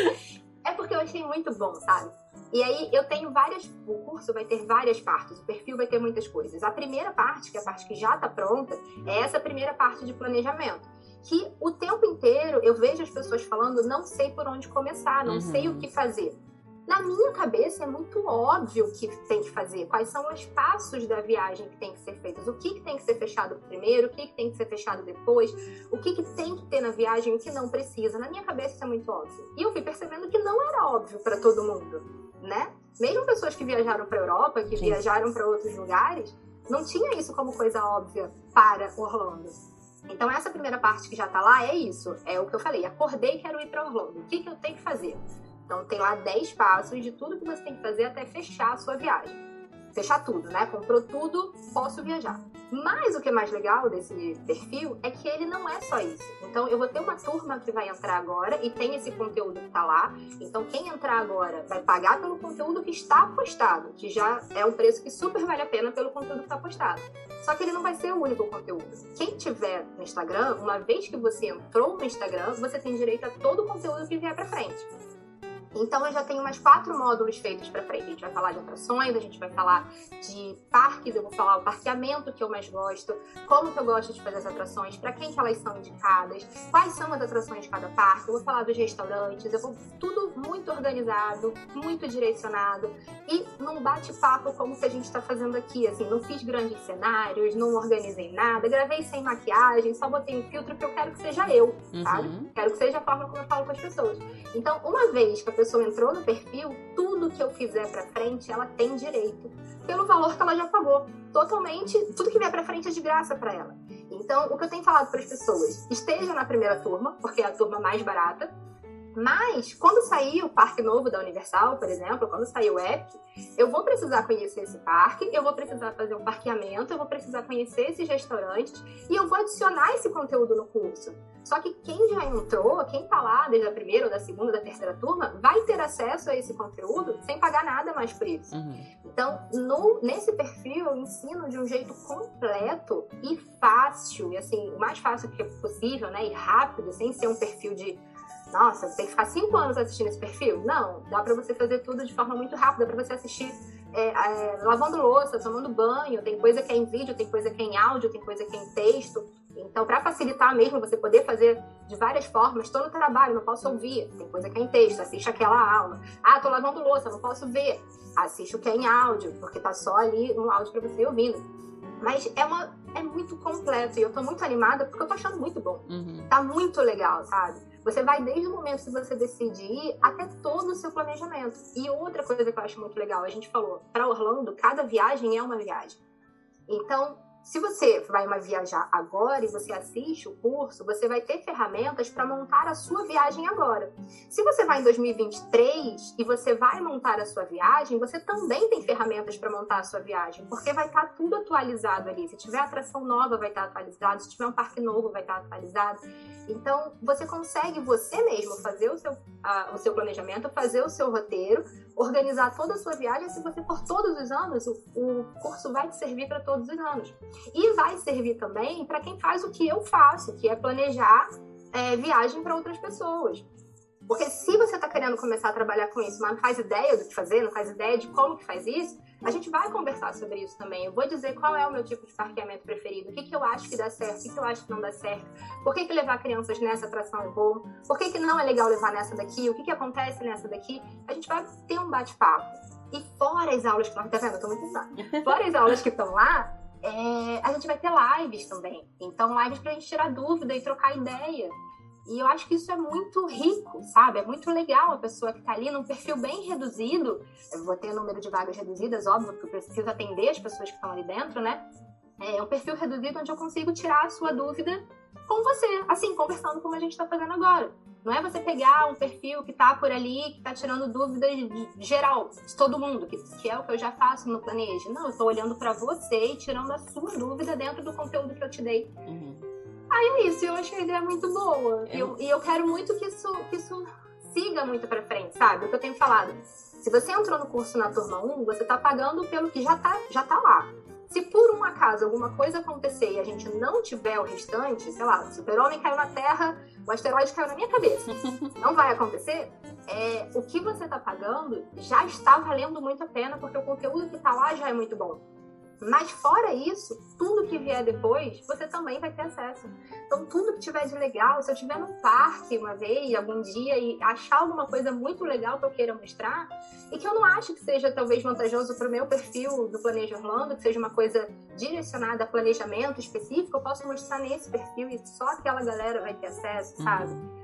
B: é porque eu achei muito bom, sabe? E aí, eu tenho várias... O curso vai ter várias partes. O perfil vai ter muitas coisas. A primeira parte, que é a parte que já tá pronta, é essa primeira parte de planejamento. Que o tempo inteiro eu vejo as pessoas falando, não sei por onde começar, não
A: Uhum.
B: sei o que fazer. Na minha cabeça é muito óbvio o que tem que fazer, quais são os passos da viagem que tem que ser feitos, o que, que tem que ser fechado primeiro, o que, que tem que ser fechado depois, o que, que tem que ter na viagem e o que não precisa. Na minha cabeça isso é muito óbvio. E eu fui percebendo que não era óbvio para todo mundo, né? Mesmo pessoas que viajaram para a Europa, que
A: Sim.
B: viajaram para outros lugares, não tinha isso como coisa óbvia para Orlando. Então, essa primeira parte que já tá lá é isso. É o que eu falei. Acordei e quero ir pra Orlando. O que que eu tenho que fazer? Então tem lá dez passos de tudo que você tem que fazer até fechar a sua viagem. Fechar tudo, né? Comprou tudo, posso viajar. Mas o que é mais legal desse perfil é que ele não é só isso. Então eu vou ter uma turma que vai entrar agora e tem esse conteúdo que tá lá. Então quem entrar agora vai pagar pelo conteúdo que está postado, que já é um preço que super vale a pena pelo conteúdo que está postado. Só que ele não vai ser o único conteúdo. Quem tiver no Instagram, uma vez que você entrou no Instagram, você tem direito a todo o conteúdo que vier pra frente. Então eu já tenho mais quatro módulos feitos para frente. A gente vai falar de atrações, a gente vai falar de parques, eu vou falar o parqueamento que eu mais gosto, como que eu gosto de fazer as atrações, para quem que elas são indicadas, quais são as atrações de cada parque, eu vou falar dos restaurantes, eu vou tudo muito organizado, muito direcionado e num bate-papo como que a gente está fazendo aqui, assim, não fiz grandes cenários, não organizei nada, gravei sem maquiagem, só botei um filtro que eu quero que seja eu,
A: uhum.
B: sabe? Quero que seja a forma como eu falo com as pessoas. Então, uma vez que a pessoa entrou no perfil, tudo que eu fizer pra frente, ela tem direito, pelo valor que ela já pagou. Totalmente, tudo que vier pra frente é de graça pra ela. Então, o que eu tenho falado para as pessoas, esteja na primeira turma, porque é a turma mais barata, mas quando sair o parque novo da Universal, por exemplo, quando sair o Epic, eu vou precisar conhecer esse parque, eu vou precisar fazer um parqueamento, eu vou precisar conhecer esses restaurantes e eu vou adicionar esse conteúdo no curso. Só que quem já entrou, quem tá lá desde a primeira, ou da segunda, da terceira turma, vai ter acesso a esse conteúdo sem pagar nada mais por isso. Uhum. Então, no, nesse perfil, eu ensino de um jeito completo e fácil, e assim, o mais fácil que é possível, né, e rápido, sem ser um perfil de nossa, tem que ficar cinco anos assistindo esse perfil? Não, dá pra você fazer tudo de forma muito rápida, dá pra você assistir é, é, lavando louça, tomando banho, tem coisa que é em vídeo, tem coisa que é em áudio, tem coisa que é em texto. Então, pra facilitar mesmo, você poder fazer de várias formas, estou no trabalho, não posso ouvir, tem coisa que é em texto, assiste aquela aula. Ah, tô lavando louça, não posso ver, assiste o que é em áudio, porque tá só ali um áudio pra você ir ouvindo. Mas é, uma, é muito completo e eu tô muito animada porque eu tô achando muito bom. Uhum. Tá muito legal, sabe? Você vai desde o momento que você decide ir até todo o seu planejamento. E outra coisa que eu acho muito legal, a gente falou, para Orlando, cada viagem é uma viagem. Então, se você vai uma viajar agora e você assiste o curso, você vai ter ferramentas para montar a sua viagem agora. Se você vai em dois mil e vinte e três e você vai montar a sua viagem, você também tem ferramentas para montar a sua viagem, porque vai estar tudo atualizado ali. Se tiver atração nova, vai estar atualizado. Se tiver um parque novo, vai estar atualizado. Então, você consegue você mesmo fazer o seu, uh, o seu planejamento, fazer o seu roteiro, organizar toda a sua viagem. Se você for todos os anos, o, o curso vai te servir para todos os anos. E vai servir também para quem faz o que eu faço, que é planejar é, viagem para outras pessoas. Porque se você está querendo começar a trabalhar com isso, mas não faz ideia do que fazer, não faz ideia de como que faz isso, a gente vai conversar sobre isso também. Eu vou dizer qual é o meu tipo de parqueamento preferido, o que, que eu acho que dá certo, o que, que eu acho que não dá certo, por que, que levar crianças nessa atração é bom, por que, que não é legal levar nessa daqui, o que, que acontece nessa daqui. A gente vai ter um bate-papo. E fora as aulas que estão... Tá vendo? Eu tô muito usada. Fora as aulas que estão lá, É, a gente vai ter lives também. Então, lives pra gente tirar dúvida e trocar ideia. E eu acho que isso é muito rico, sabe? É muito legal a pessoa que tá ali num perfil bem reduzido. Eu vou ter um número de vagas reduzidas, óbvio, porque eu preciso atender as pessoas que estão ali dentro, né? É um perfil reduzido onde eu consigo tirar a sua dúvida com você, assim, conversando como a gente tá fazendo agora. Não é você pegar um perfil que tá por ali, que tá tirando dúvidas de geral, de todo mundo, que, que é o que eu já faço no Planeje. Não, eu tô olhando pra você e tirando a sua dúvida dentro do conteúdo que eu te dei. Uhum. Aí é isso, eu achei a ideia muito boa. É. Eu, e eu quero muito que isso, que isso siga muito pra frente, sabe? O que eu tenho falado. Se você entrou no curso na turma um, você tá pagando pelo que já tá, já tá lá. Se por um acaso alguma coisa acontecer e a gente não tiver o restante, sei lá, o super-homem caiu na Terra, o asteroide caiu na minha cabeça, não vai acontecer, é, o que você está pagando já está valendo muito a pena, porque o conteúdo que está lá já é muito bom. Mas fora isso, tudo que vier depois, você também vai ter acesso. Então, tudo que tiver de legal, se eu estiver no parque uma vez, algum dia, e achar alguma coisa muito legal que eu queira mostrar, e que eu não acho que seja talvez vantajoso para o meu perfil do Planeja Orlando, que seja uma coisa direcionada a planejamento específico, eu posso mostrar nesse perfil e só aquela galera vai ter acesso, sabe? Uhum.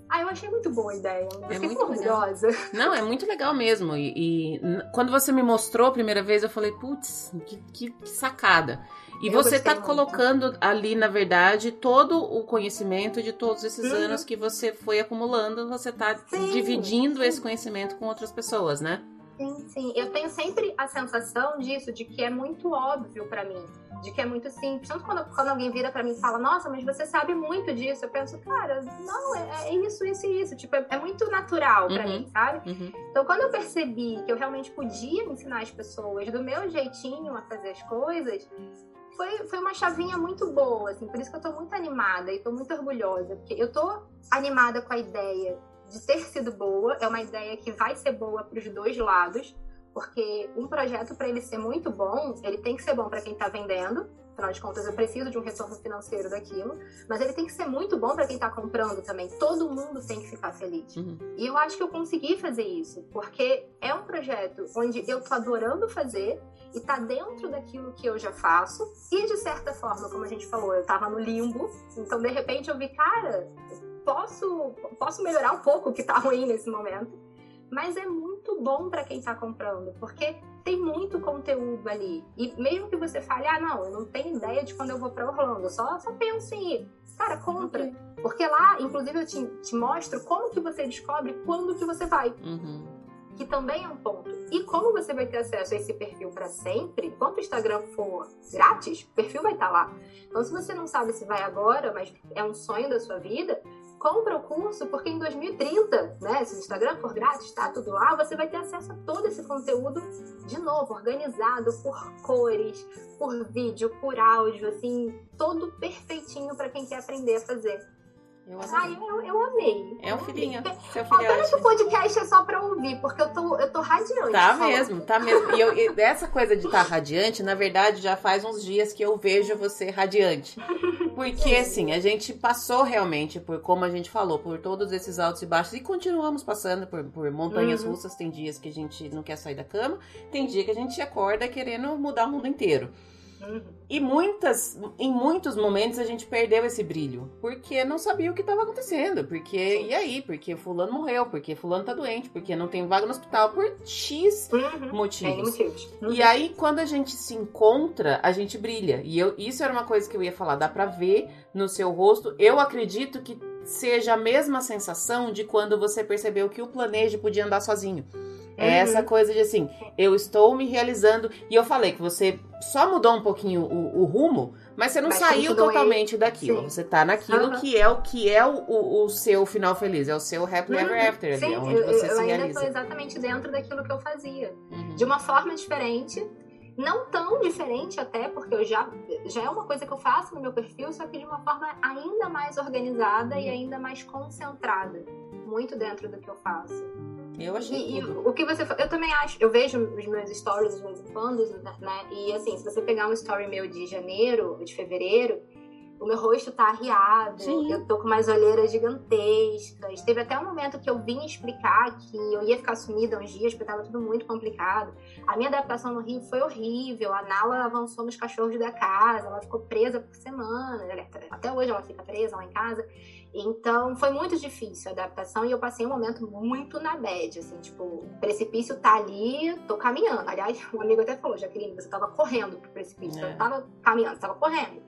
B: Ah, eu achei muito boa a ideia. Eu
A: É
B: fiquei
A: muito
B: orgulhosa.
A: Não, é muito legal mesmo. E, e quando você me mostrou a primeira vez, eu falei, putz, que, que, que sacada. E
B: Eu
A: você tá
B: gostei muito.
A: colocando ali, na verdade, todo o conhecimento de todos esses
B: Uhum.
A: anos que você foi acumulando, você tá
B: Sim,
A: dividindo
B: sim.
A: esse conhecimento com outras pessoas, né?
B: Sim, sim. Eu tenho sempre a sensação disso, de que é muito óbvio pra mim. De que é muito simples. Tanto quando, quando alguém vira pra mim e fala, nossa, mas você sabe muito disso. Eu penso, cara, não, é, é isso, isso e isso. Tipo, é, é muito natural pra
A: Uhum.
B: mim, sabe?
A: Uhum.
B: Então, quando eu percebi que eu realmente podia ensinar as pessoas do meu jeitinho a fazer as coisas, foi, foi uma chavinha muito boa, assim. Por isso que eu tô muito animada e tô muito orgulhosa. Porque eu tô animada com a ideia de ter sido boa. É uma ideia que vai ser boa pros dois lados. Porque um projeto, para ele ser muito bom, ele tem que ser bom para quem está vendendo. Afinal de contas, eu preciso de um retorno financeiro daquilo. Mas ele tem que ser muito bom para quem está comprando também. Todo mundo tem que ficar feliz.
A: Uhum.
B: E eu acho que eu consegui fazer isso. Porque é um projeto onde eu tô adorando fazer e tá dentro daquilo que eu já faço. E, de certa forma, como a gente falou, eu tava no limbo. Então, de repente, eu vi, cara, posso, posso melhorar um pouco o que tá ruim nesse momento. Mas é muito bom para quem tá comprando, porque tem muito conteúdo ali. E mesmo que você fale, ah, não, eu não tenho ideia de quando eu vou para Orlando, só, só penso em ir. Cara, compra. Porque lá, inclusive, eu te, te mostro como que você descobre quando que você vai.
A: Uhum.
B: Que também é um ponto. E como você vai ter acesso a esse perfil para sempre, enquanto o Instagram for grátis, o perfil vai estar lá. Então, se você não sabe se vai agora, mas é um sonho da sua vida, compra o curso, porque em dois mil e trinta, né, se o Instagram for grátis, tá tudo lá, você vai ter acesso a todo esse conteúdo, de novo, organizado por cores, por vídeo, por áudio, assim, todo perfeitinho para quem quer aprender a fazer.
A: Eu
B: Ai, eu, eu amei.
A: É o filhinho, seu
B: Ó, pena
A: filhote.
B: que o podcast é só pra ouvir, porque eu tô, eu tô radiante.
A: Tá
B: falando.
A: mesmo, tá mesmo. E, eu, e essa coisa de estar tá radiante, na verdade, já faz uns dias que eu vejo você radiante. Porque, assim, a gente passou realmente por, como a gente falou, por todos esses altos e baixos. E continuamos passando por, por montanhas
B: Uhum.
A: russas. Tem dias que a gente não quer sair da cama. Tem dia que a gente acorda querendo mudar o mundo inteiro.
B: Uhum.
A: E muitas, em muitos momentos a gente perdeu esse brilho, porque não sabia o que estava acontecendo, porque, e aí, porque fulano morreu, porque fulano tá doente, porque não tem vaga no hospital, por X
B: Uhum.
A: motivos.
B: Tem motivos. Uhum.
A: E aí, quando a gente se encontra, a gente brilha. E eu, isso era uma coisa que eu ia falar, dá pra ver no seu rosto. Eu acredito que seja a mesma sensação de quando você percebeu que o Planeje podia andar sozinho. É
B: Uhum.
A: essa coisa de assim, eu estou me realizando. E eu falei que você só mudou um pouquinho o, o rumo, mas você não
B: Mas
A: saiu
B: continuei.
A: totalmente daquilo.
B: Sim.
A: Você tá naquilo
B: Uhum.
A: que é o que é o, o, o seu final feliz, é o seu happily ever
B: Uhum.
A: after ali,
B: Sim,
A: é onde
B: eu,
A: você
B: eu
A: se
B: ainda
A: realiza.
B: tô exatamente dentro daquilo que eu fazia.
A: Uhum.
B: De uma forma diferente, não tão diferente até, porque eu já, já é uma coisa que eu faço no meu perfil, só que de uma forma ainda mais organizada
A: Uhum.
B: e ainda mais concentrada. Muito dentro do que eu faço.
A: Eu achei
B: E, e
A: tudo.
B: o que você fa- eu também acho, eu vejo os meus stories de vez em quando, né? E assim, se você pegar um story meu de janeiro, de fevereiro, o meu rosto tá arriado,
A: Sim.
B: eu tô com umas olheiras gigantescas. Teve até um momento que eu vim explicar que eu ia ficar sumida uns dias, porque tava tudo muito complicado. A minha adaptação no Rio foi horrível, a Nala avançou nos cachorros da casa, ela ficou presa por semana, até hoje ela fica presa lá em casa. Então, foi muito difícil a adaptação e eu passei um momento muito na bad, assim, tipo, o precipício tá ali, tô caminhando. Aliás, um amigo até falou, Jaqueline, você tava correndo pro precipício,
A: É.
B: eu tava caminhando, tava correndo.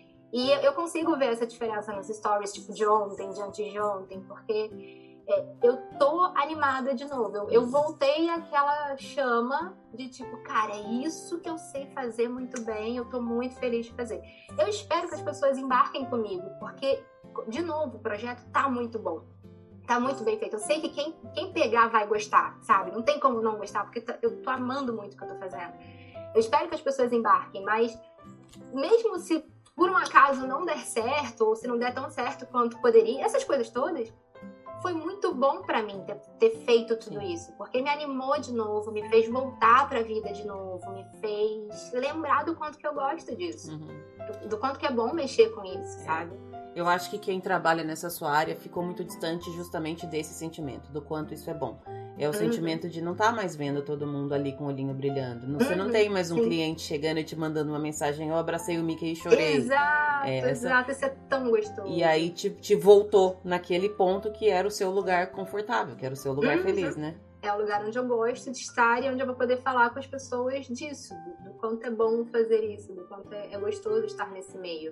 B: E eu consigo ver essa diferença nos stories, tipo, de ontem, de antes de ontem, porque é, eu tô animada de novo. Eu, eu voltei àquela chama de tipo, cara, é isso que eu sei fazer muito bem, eu tô muito feliz de fazer. Eu espero que as pessoas embarquem comigo, porque, de novo, o projeto tá muito bom. Tá muito bem feito. Eu sei que quem, quem pegar vai gostar, sabe? Não tem como não gostar, porque eu tô amando muito o que eu tô fazendo. Eu espero que as pessoas embarquem, mas mesmo se por um acaso não der certo, ou se não der tão certo quanto poderia, essas coisas todas, foi muito bom pra mim ter, ter feito tudo
A: Sim.
B: isso, porque me animou de novo, me fez voltar pra vida de novo, me fez lembrar do quanto que eu gosto disso,
A: Uhum.
B: do, do quanto que é bom mexer com isso, sabe?
A: Eu acho que quem trabalha nessa sua área ficou muito distante justamente desse sentimento, do quanto isso é bom. É o
B: Uhum.
A: sentimento de não estar mais vendo todo mundo ali com o olhinho brilhando. Não- Você não
B: Uhum,
A: tem mais um
B: sim.
A: cliente chegando e te mandando uma mensagem, eu abracei o Mickey e chorei.
B: Exato!
A: essa.
B: Exato, isso é tão gostoso.
A: E aí te, te voltou naquele ponto que era o seu lugar confortável, que era o seu lugar
B: uhum.
A: feliz, né?
B: É o lugar onde eu gosto de estar e onde eu vou poder falar com as pessoas disso, do, do quanto é bom fazer isso, do quanto é, é gostoso estar nesse meio.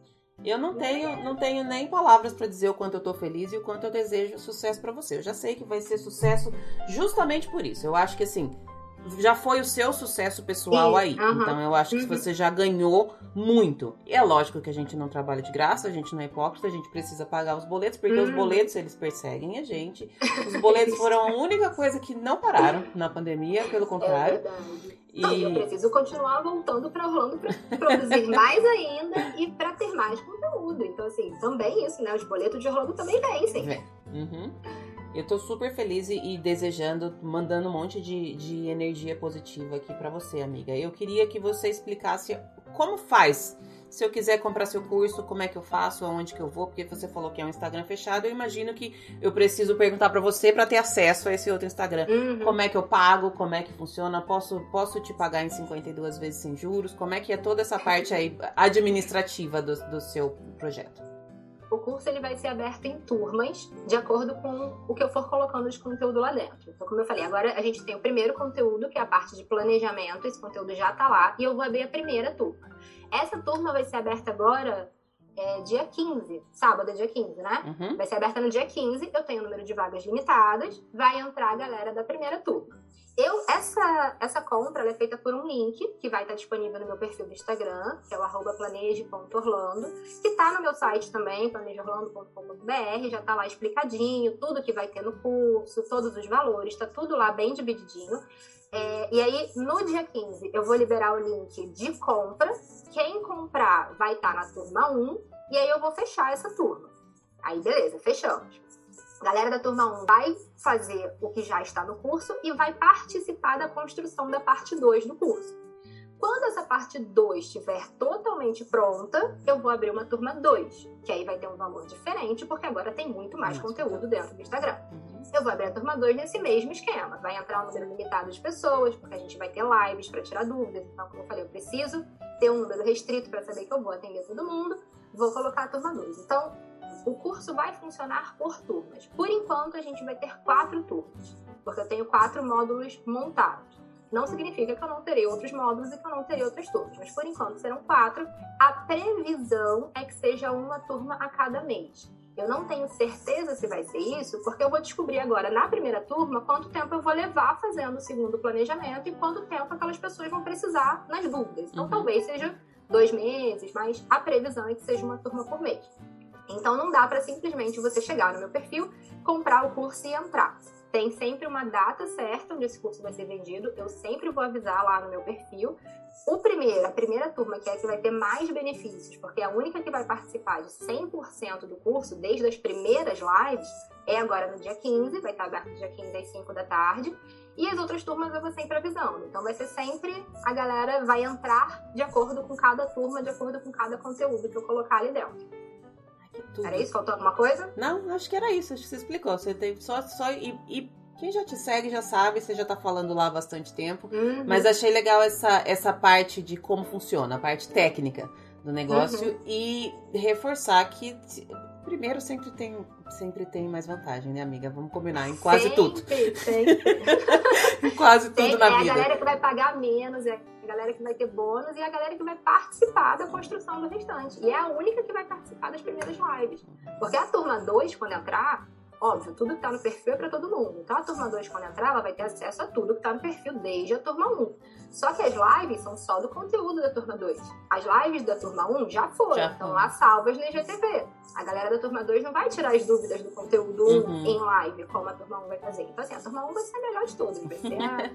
A: Eu não tenho, não tenho nem palavras para dizer o quanto eu tô feliz e o quanto eu desejo sucesso para você. Eu já sei que vai ser sucesso justamente por isso. Eu acho que assim, já foi o seu sucesso pessoal
B: e,
A: aí.
B: Uh-huh.
A: Então eu acho que
B: uhum.
A: você já ganhou muito. E é lógico que a gente não trabalha de graça, a gente não é hipócrita, a gente precisa pagar os boletos, porque uhum. os boletos, eles perseguem a gente. Os boletos foram a única coisa que não pararam na pandemia, pelo contrário.
B: É verdade. E não, eu preciso continuar voltando para Orlando para produzir mais ainda e para ter mais conteúdo. Então, assim, também isso, né? Os boletos de Orlando também vencem.
A: Vem. Uhum. Eu tô super feliz e, e desejando, mandando um monte de, de energia positiva aqui pra você, amiga. Eu queria que você explicasse como faz. Se eu quiser comprar seu curso, como é que eu faço, aonde que eu vou, porque você falou que é um Instagram fechado, eu imagino que eu preciso perguntar pra você pra ter acesso a esse outro Instagram.
B: Uhum.
A: Como é que eu pago, como é que funciona, posso, posso te pagar em cinquenta e duas vezes sem juros, como é que é toda essa parte aí administrativa do, do seu projeto?
B: O curso ele vai ser aberto em turmas, de acordo com o que eu for colocando de conteúdo lá dentro. Então, como eu falei, agora a gente tem o primeiro conteúdo, que é a parte de planejamento. Esse conteúdo já tá lá e eu vou abrir a primeira turma. Essa turma vai ser aberta agora é, dia quinze, sábado é dia quinze, né?
A: Uhum.
B: Vai ser aberta no dia quinze, eu tenho um número de vagas limitadas, vai entrar a galera da primeira turma. Eu, essa, essa compra ela é feita por um link que vai estar disponível no meu perfil do Instagram, que é o arroba planeje ponto orlando, que está no meu site também, planeje orlando ponto com ponto b r, já está lá explicadinho, tudo que vai ter no curso, todos os valores, está tudo lá bem divididinho. É, e aí, no dia quinze, eu vou liberar o link de compra. Quem comprar vai estar na turma um, e aí eu vou fechar essa turma. Aí, beleza, fechamos. A galera da turma um vai fazer o que já está no curso e vai participar da construção da parte dois do curso. Quando essa parte dois estiver totalmente pronta, eu vou abrir uma turma dois, que aí vai ter um valor diferente, porque agora tem muito mais conteúdo dentro do Instagram. Eu vou abrir a turma dois nesse mesmo esquema. Vai entrar um número limitado de pessoas, porque a gente vai ter lives para tirar dúvidas. Então, como eu falei, eu preciso ter um número restrito para saber que eu vou atender todo mundo. Vou colocar a turma dois. Então, o curso vai funcionar por turmas. Por enquanto, a gente vai ter quatro turmas, porque eu tenho quatro módulos montados. Não significa que eu não terei outros módulos e que eu não terei outras turmas, mas por enquanto serão quatro. A previsão é que seja uma turma a cada mês. Eu não tenho certeza se vai ser isso, porque eu vou descobrir agora na primeira turma quanto tempo eu vou levar fazendo o segundo planejamento e quanto tempo aquelas pessoas vão precisar nas dúvidas. Então, uhum. talvez seja dois meses, mas a previsão é que seja uma turma por mês. Então, não dá para simplesmente você chegar no meu perfil, comprar o curso e entrar. Tem sempre uma data certa onde esse curso vai ser vendido. Eu sempre vou avisar lá no meu perfil. O primeiro, a primeira turma, que é a que vai ter mais benefícios, porque é a única que vai participar de cem por cento do curso, desde as primeiras lives, é agora no dia quinze, vai estar aberto no dia quinze às cinco da tarde. E as outras turmas eu vou sempre avisando. Então vai ser sempre, a galera vai entrar de acordo com cada turma, de acordo com cada conteúdo que eu colocar ali dentro.
A: Tudo.
B: Era isso? Faltou alguma coisa?
A: Não, acho que era isso. Acho que você explicou. Você tem só, só e, e quem já te segue já sabe, você já tá falando lá há bastante tempo. Uhum. Mas achei legal essa, essa parte de como funciona, a parte técnica do negócio. Uhum. E reforçar que primeiro sempre tem, sempre tem mais vantagem, né, amiga? Vamos combinar em quase
B: sempre,
A: tudo.
B: Sempre.
A: Em quase tudo
B: sempre.
A: na
B: é
A: vida.
B: É a galera que vai pagar menos, é a galera que vai ter bônus e a galera que vai participar da construção do restante. E é a única que vai participar das primeiras lives. Porque a turma dois, quando entrar, óbvio, tudo que tá no perfil é pra todo mundo. Então a turma dois, quando entrar, ela vai ter acesso a tudo que tá no perfil desde a turma um. Só que as lives são só do conteúdo da turma dois. As lives da turma um já foram, já estão lá salvas no I G T V. A galera da turma dois não vai tirar as dúvidas do conteúdo um uhum. em live, como a turma um vai fazer. Então assim, a turma um vai ser a melhor de todas. Vai ser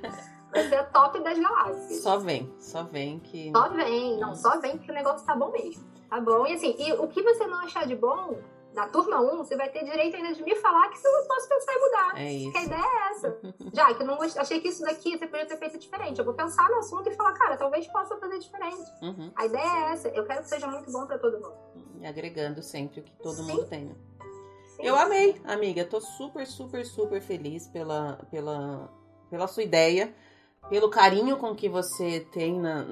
B: a, vai ser a top das galáxias.
A: Só vem, só vem que...
B: Só vem, não, só vem porque o negócio tá bom mesmo. Tá bom? E assim, e o que você não achar de bom... Na turma um, você vai ter direito ainda de me falar que eu posso pensar em mudar.
A: É isso.
B: Porque a ideia é essa. Já que eu não gost... achei que isso daqui você podia ter feito diferente. Eu vou pensar no assunto e falar, cara, talvez possa fazer diferente. Uhum. A ideia é essa. Eu quero que seja muito bom pra todo mundo.
A: E agregando sempre o que todo
B: Sim.
A: mundo tenha.
B: Sim.
A: Eu amei, amiga. Tô super, super, super feliz pela, pela, pela sua ideia. Pelo carinho com que você tem na...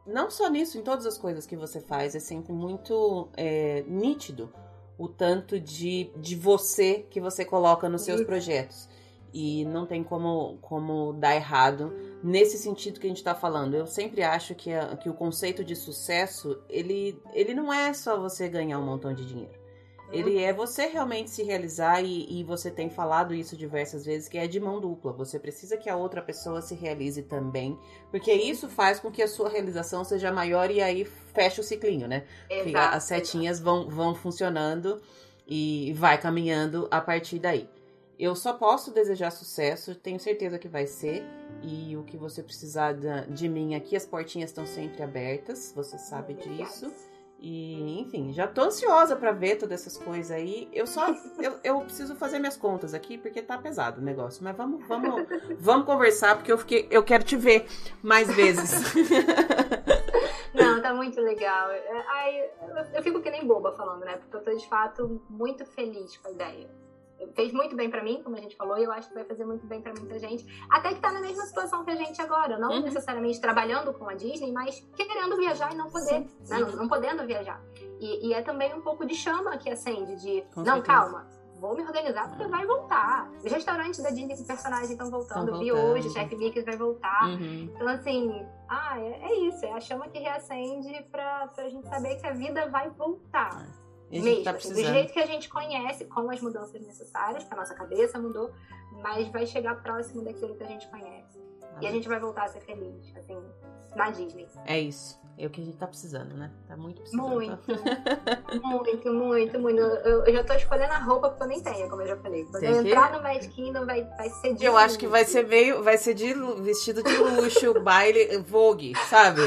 A: não só nisso, em todas as coisas que você faz, é sempre muito é, nítido o tanto de, de você que você coloca nos seus projetos. E não tem como, como dar errado nesse sentido que a gente está falando. Eu sempre acho que, a, que o conceito de sucesso, ele, ele não é só você ganhar um montão de dinheiro. Ele é você realmente se realizar e, e você tem falado isso diversas vezes, que é de mão dupla. Você precisa que a outra pessoa se realize também, porque isso faz com que a sua realização seja maior e aí fecha o ciclinho, né?
B: Exato,
A: as setinhas vão, vão funcionando e vai caminhando a partir daí. Eu só posso desejar sucesso, tenho certeza que vai ser. E o que você precisar de, de mim aqui, as portinhas estão sempre abertas, você sabe disso. E, enfim, já tô ansiosa pra ver todas essas coisas aí. Eu só, eu, eu preciso fazer minhas contas aqui, porque tá pesado o negócio. Mas vamos, vamos, vamos conversar, porque eu, fiquei, eu quero te ver mais vezes.
B: Não, tá muito legal. Ai, eu, eu fico que nem boba falando, né? Porque eu tô, de fato, muito feliz com a ideia. Fez muito bem pra mim, como a gente falou, e eu acho que vai fazer muito bem pra muita gente. Até que tá na mesma situação que a gente agora. Não uhum. necessariamente trabalhando com a Disney, mas querendo viajar e não poder. Sim, sim. Né? Não, não podendo viajar. E, e é também um pouco de chama que acende, de... Com não, certeza. Calma, vou me organizar porque vai voltar. Os restaurantes da Disney com personagens estão voltando. Eu vi hoje, Chef Mickey vai voltar. Uhum. Então, assim... Ah, é, é isso. É a chama que reacende pra, pra gente saber que a vida vai voltar. É. Mesmo, tá assim, do jeito que a gente conhece, com as mudanças necessárias, que a nossa cabeça mudou, mas vai chegar próximo daquilo que a gente conhece. Ah, e a gente vai voltar a ser feliz, assim, na Disney.
A: É isso. É o que a gente tá precisando, né? Tá muito precisando.
B: Muito. muito, muito, muito. Eu, eu já tô escolhendo a roupa que eu nem tenho, como eu já falei. Quando eu entrar no Magic Kingdom, vai, vai ser de
A: Eu luxo. Acho que vai ser meio... Vai ser de vestido de luxo, baile, Vogue, sabe?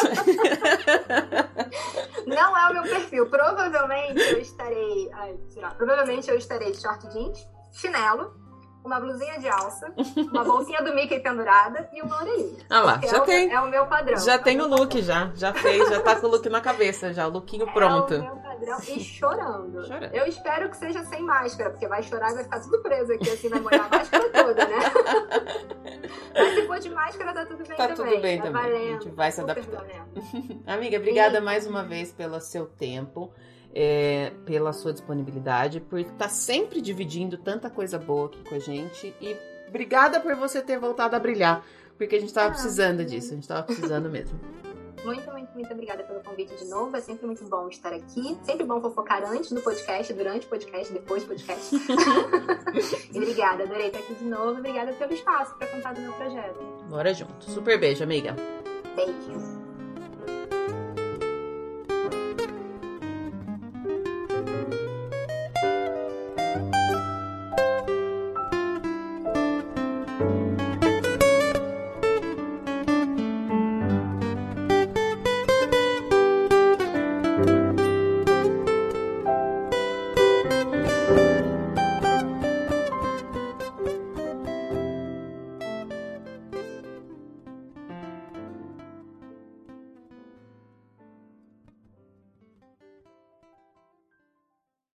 B: Não é o meu perfil. Provavelmente eu estarei... Ai, tirar. Provavelmente eu estarei de short jeans, chinelo, uma blusinha de alça, uma bolsinha do Mickey pendurada e uma orelhinha.
A: Ah lá, já
B: é
A: tem.
B: O, é o meu padrão.
A: Já
B: é
A: tem o look,
B: padrão.
A: já. Já fez, já tá com o look na cabeça, já. O lookinho pronto.
B: É o meu padrão. E chorando.
A: chorando.
B: Eu espero que seja sem máscara, porque vai chorar e vai ficar tudo preso aqui, assim, vai molhar a máscara toda, né? Mas se for de máscara, tá tudo bem
A: tá
B: também.
A: Tá tudo bem
B: tá
A: também.
B: Valendo.
A: A gente vai se adaptar.
B: Valendo.
A: Amiga, obrigada Sim. mais uma vez pelo seu tempo. É, pela sua disponibilidade, por estar sempre dividindo tanta coisa boa aqui com a gente e obrigada por você ter voltado a brilhar, porque a gente tava ah, precisando sim. disso, a gente tava precisando mesmo.
B: Muito, muito, muito obrigada pelo convite de novo, é sempre muito bom estar aqui, sempre bom fofocar antes do podcast, durante o podcast, depois do podcast. E obrigada, adorei estar aqui de novo, obrigada pelo espaço para contar do meu projeto.
A: Bora junto, super beijo, amiga.
B: Beijo.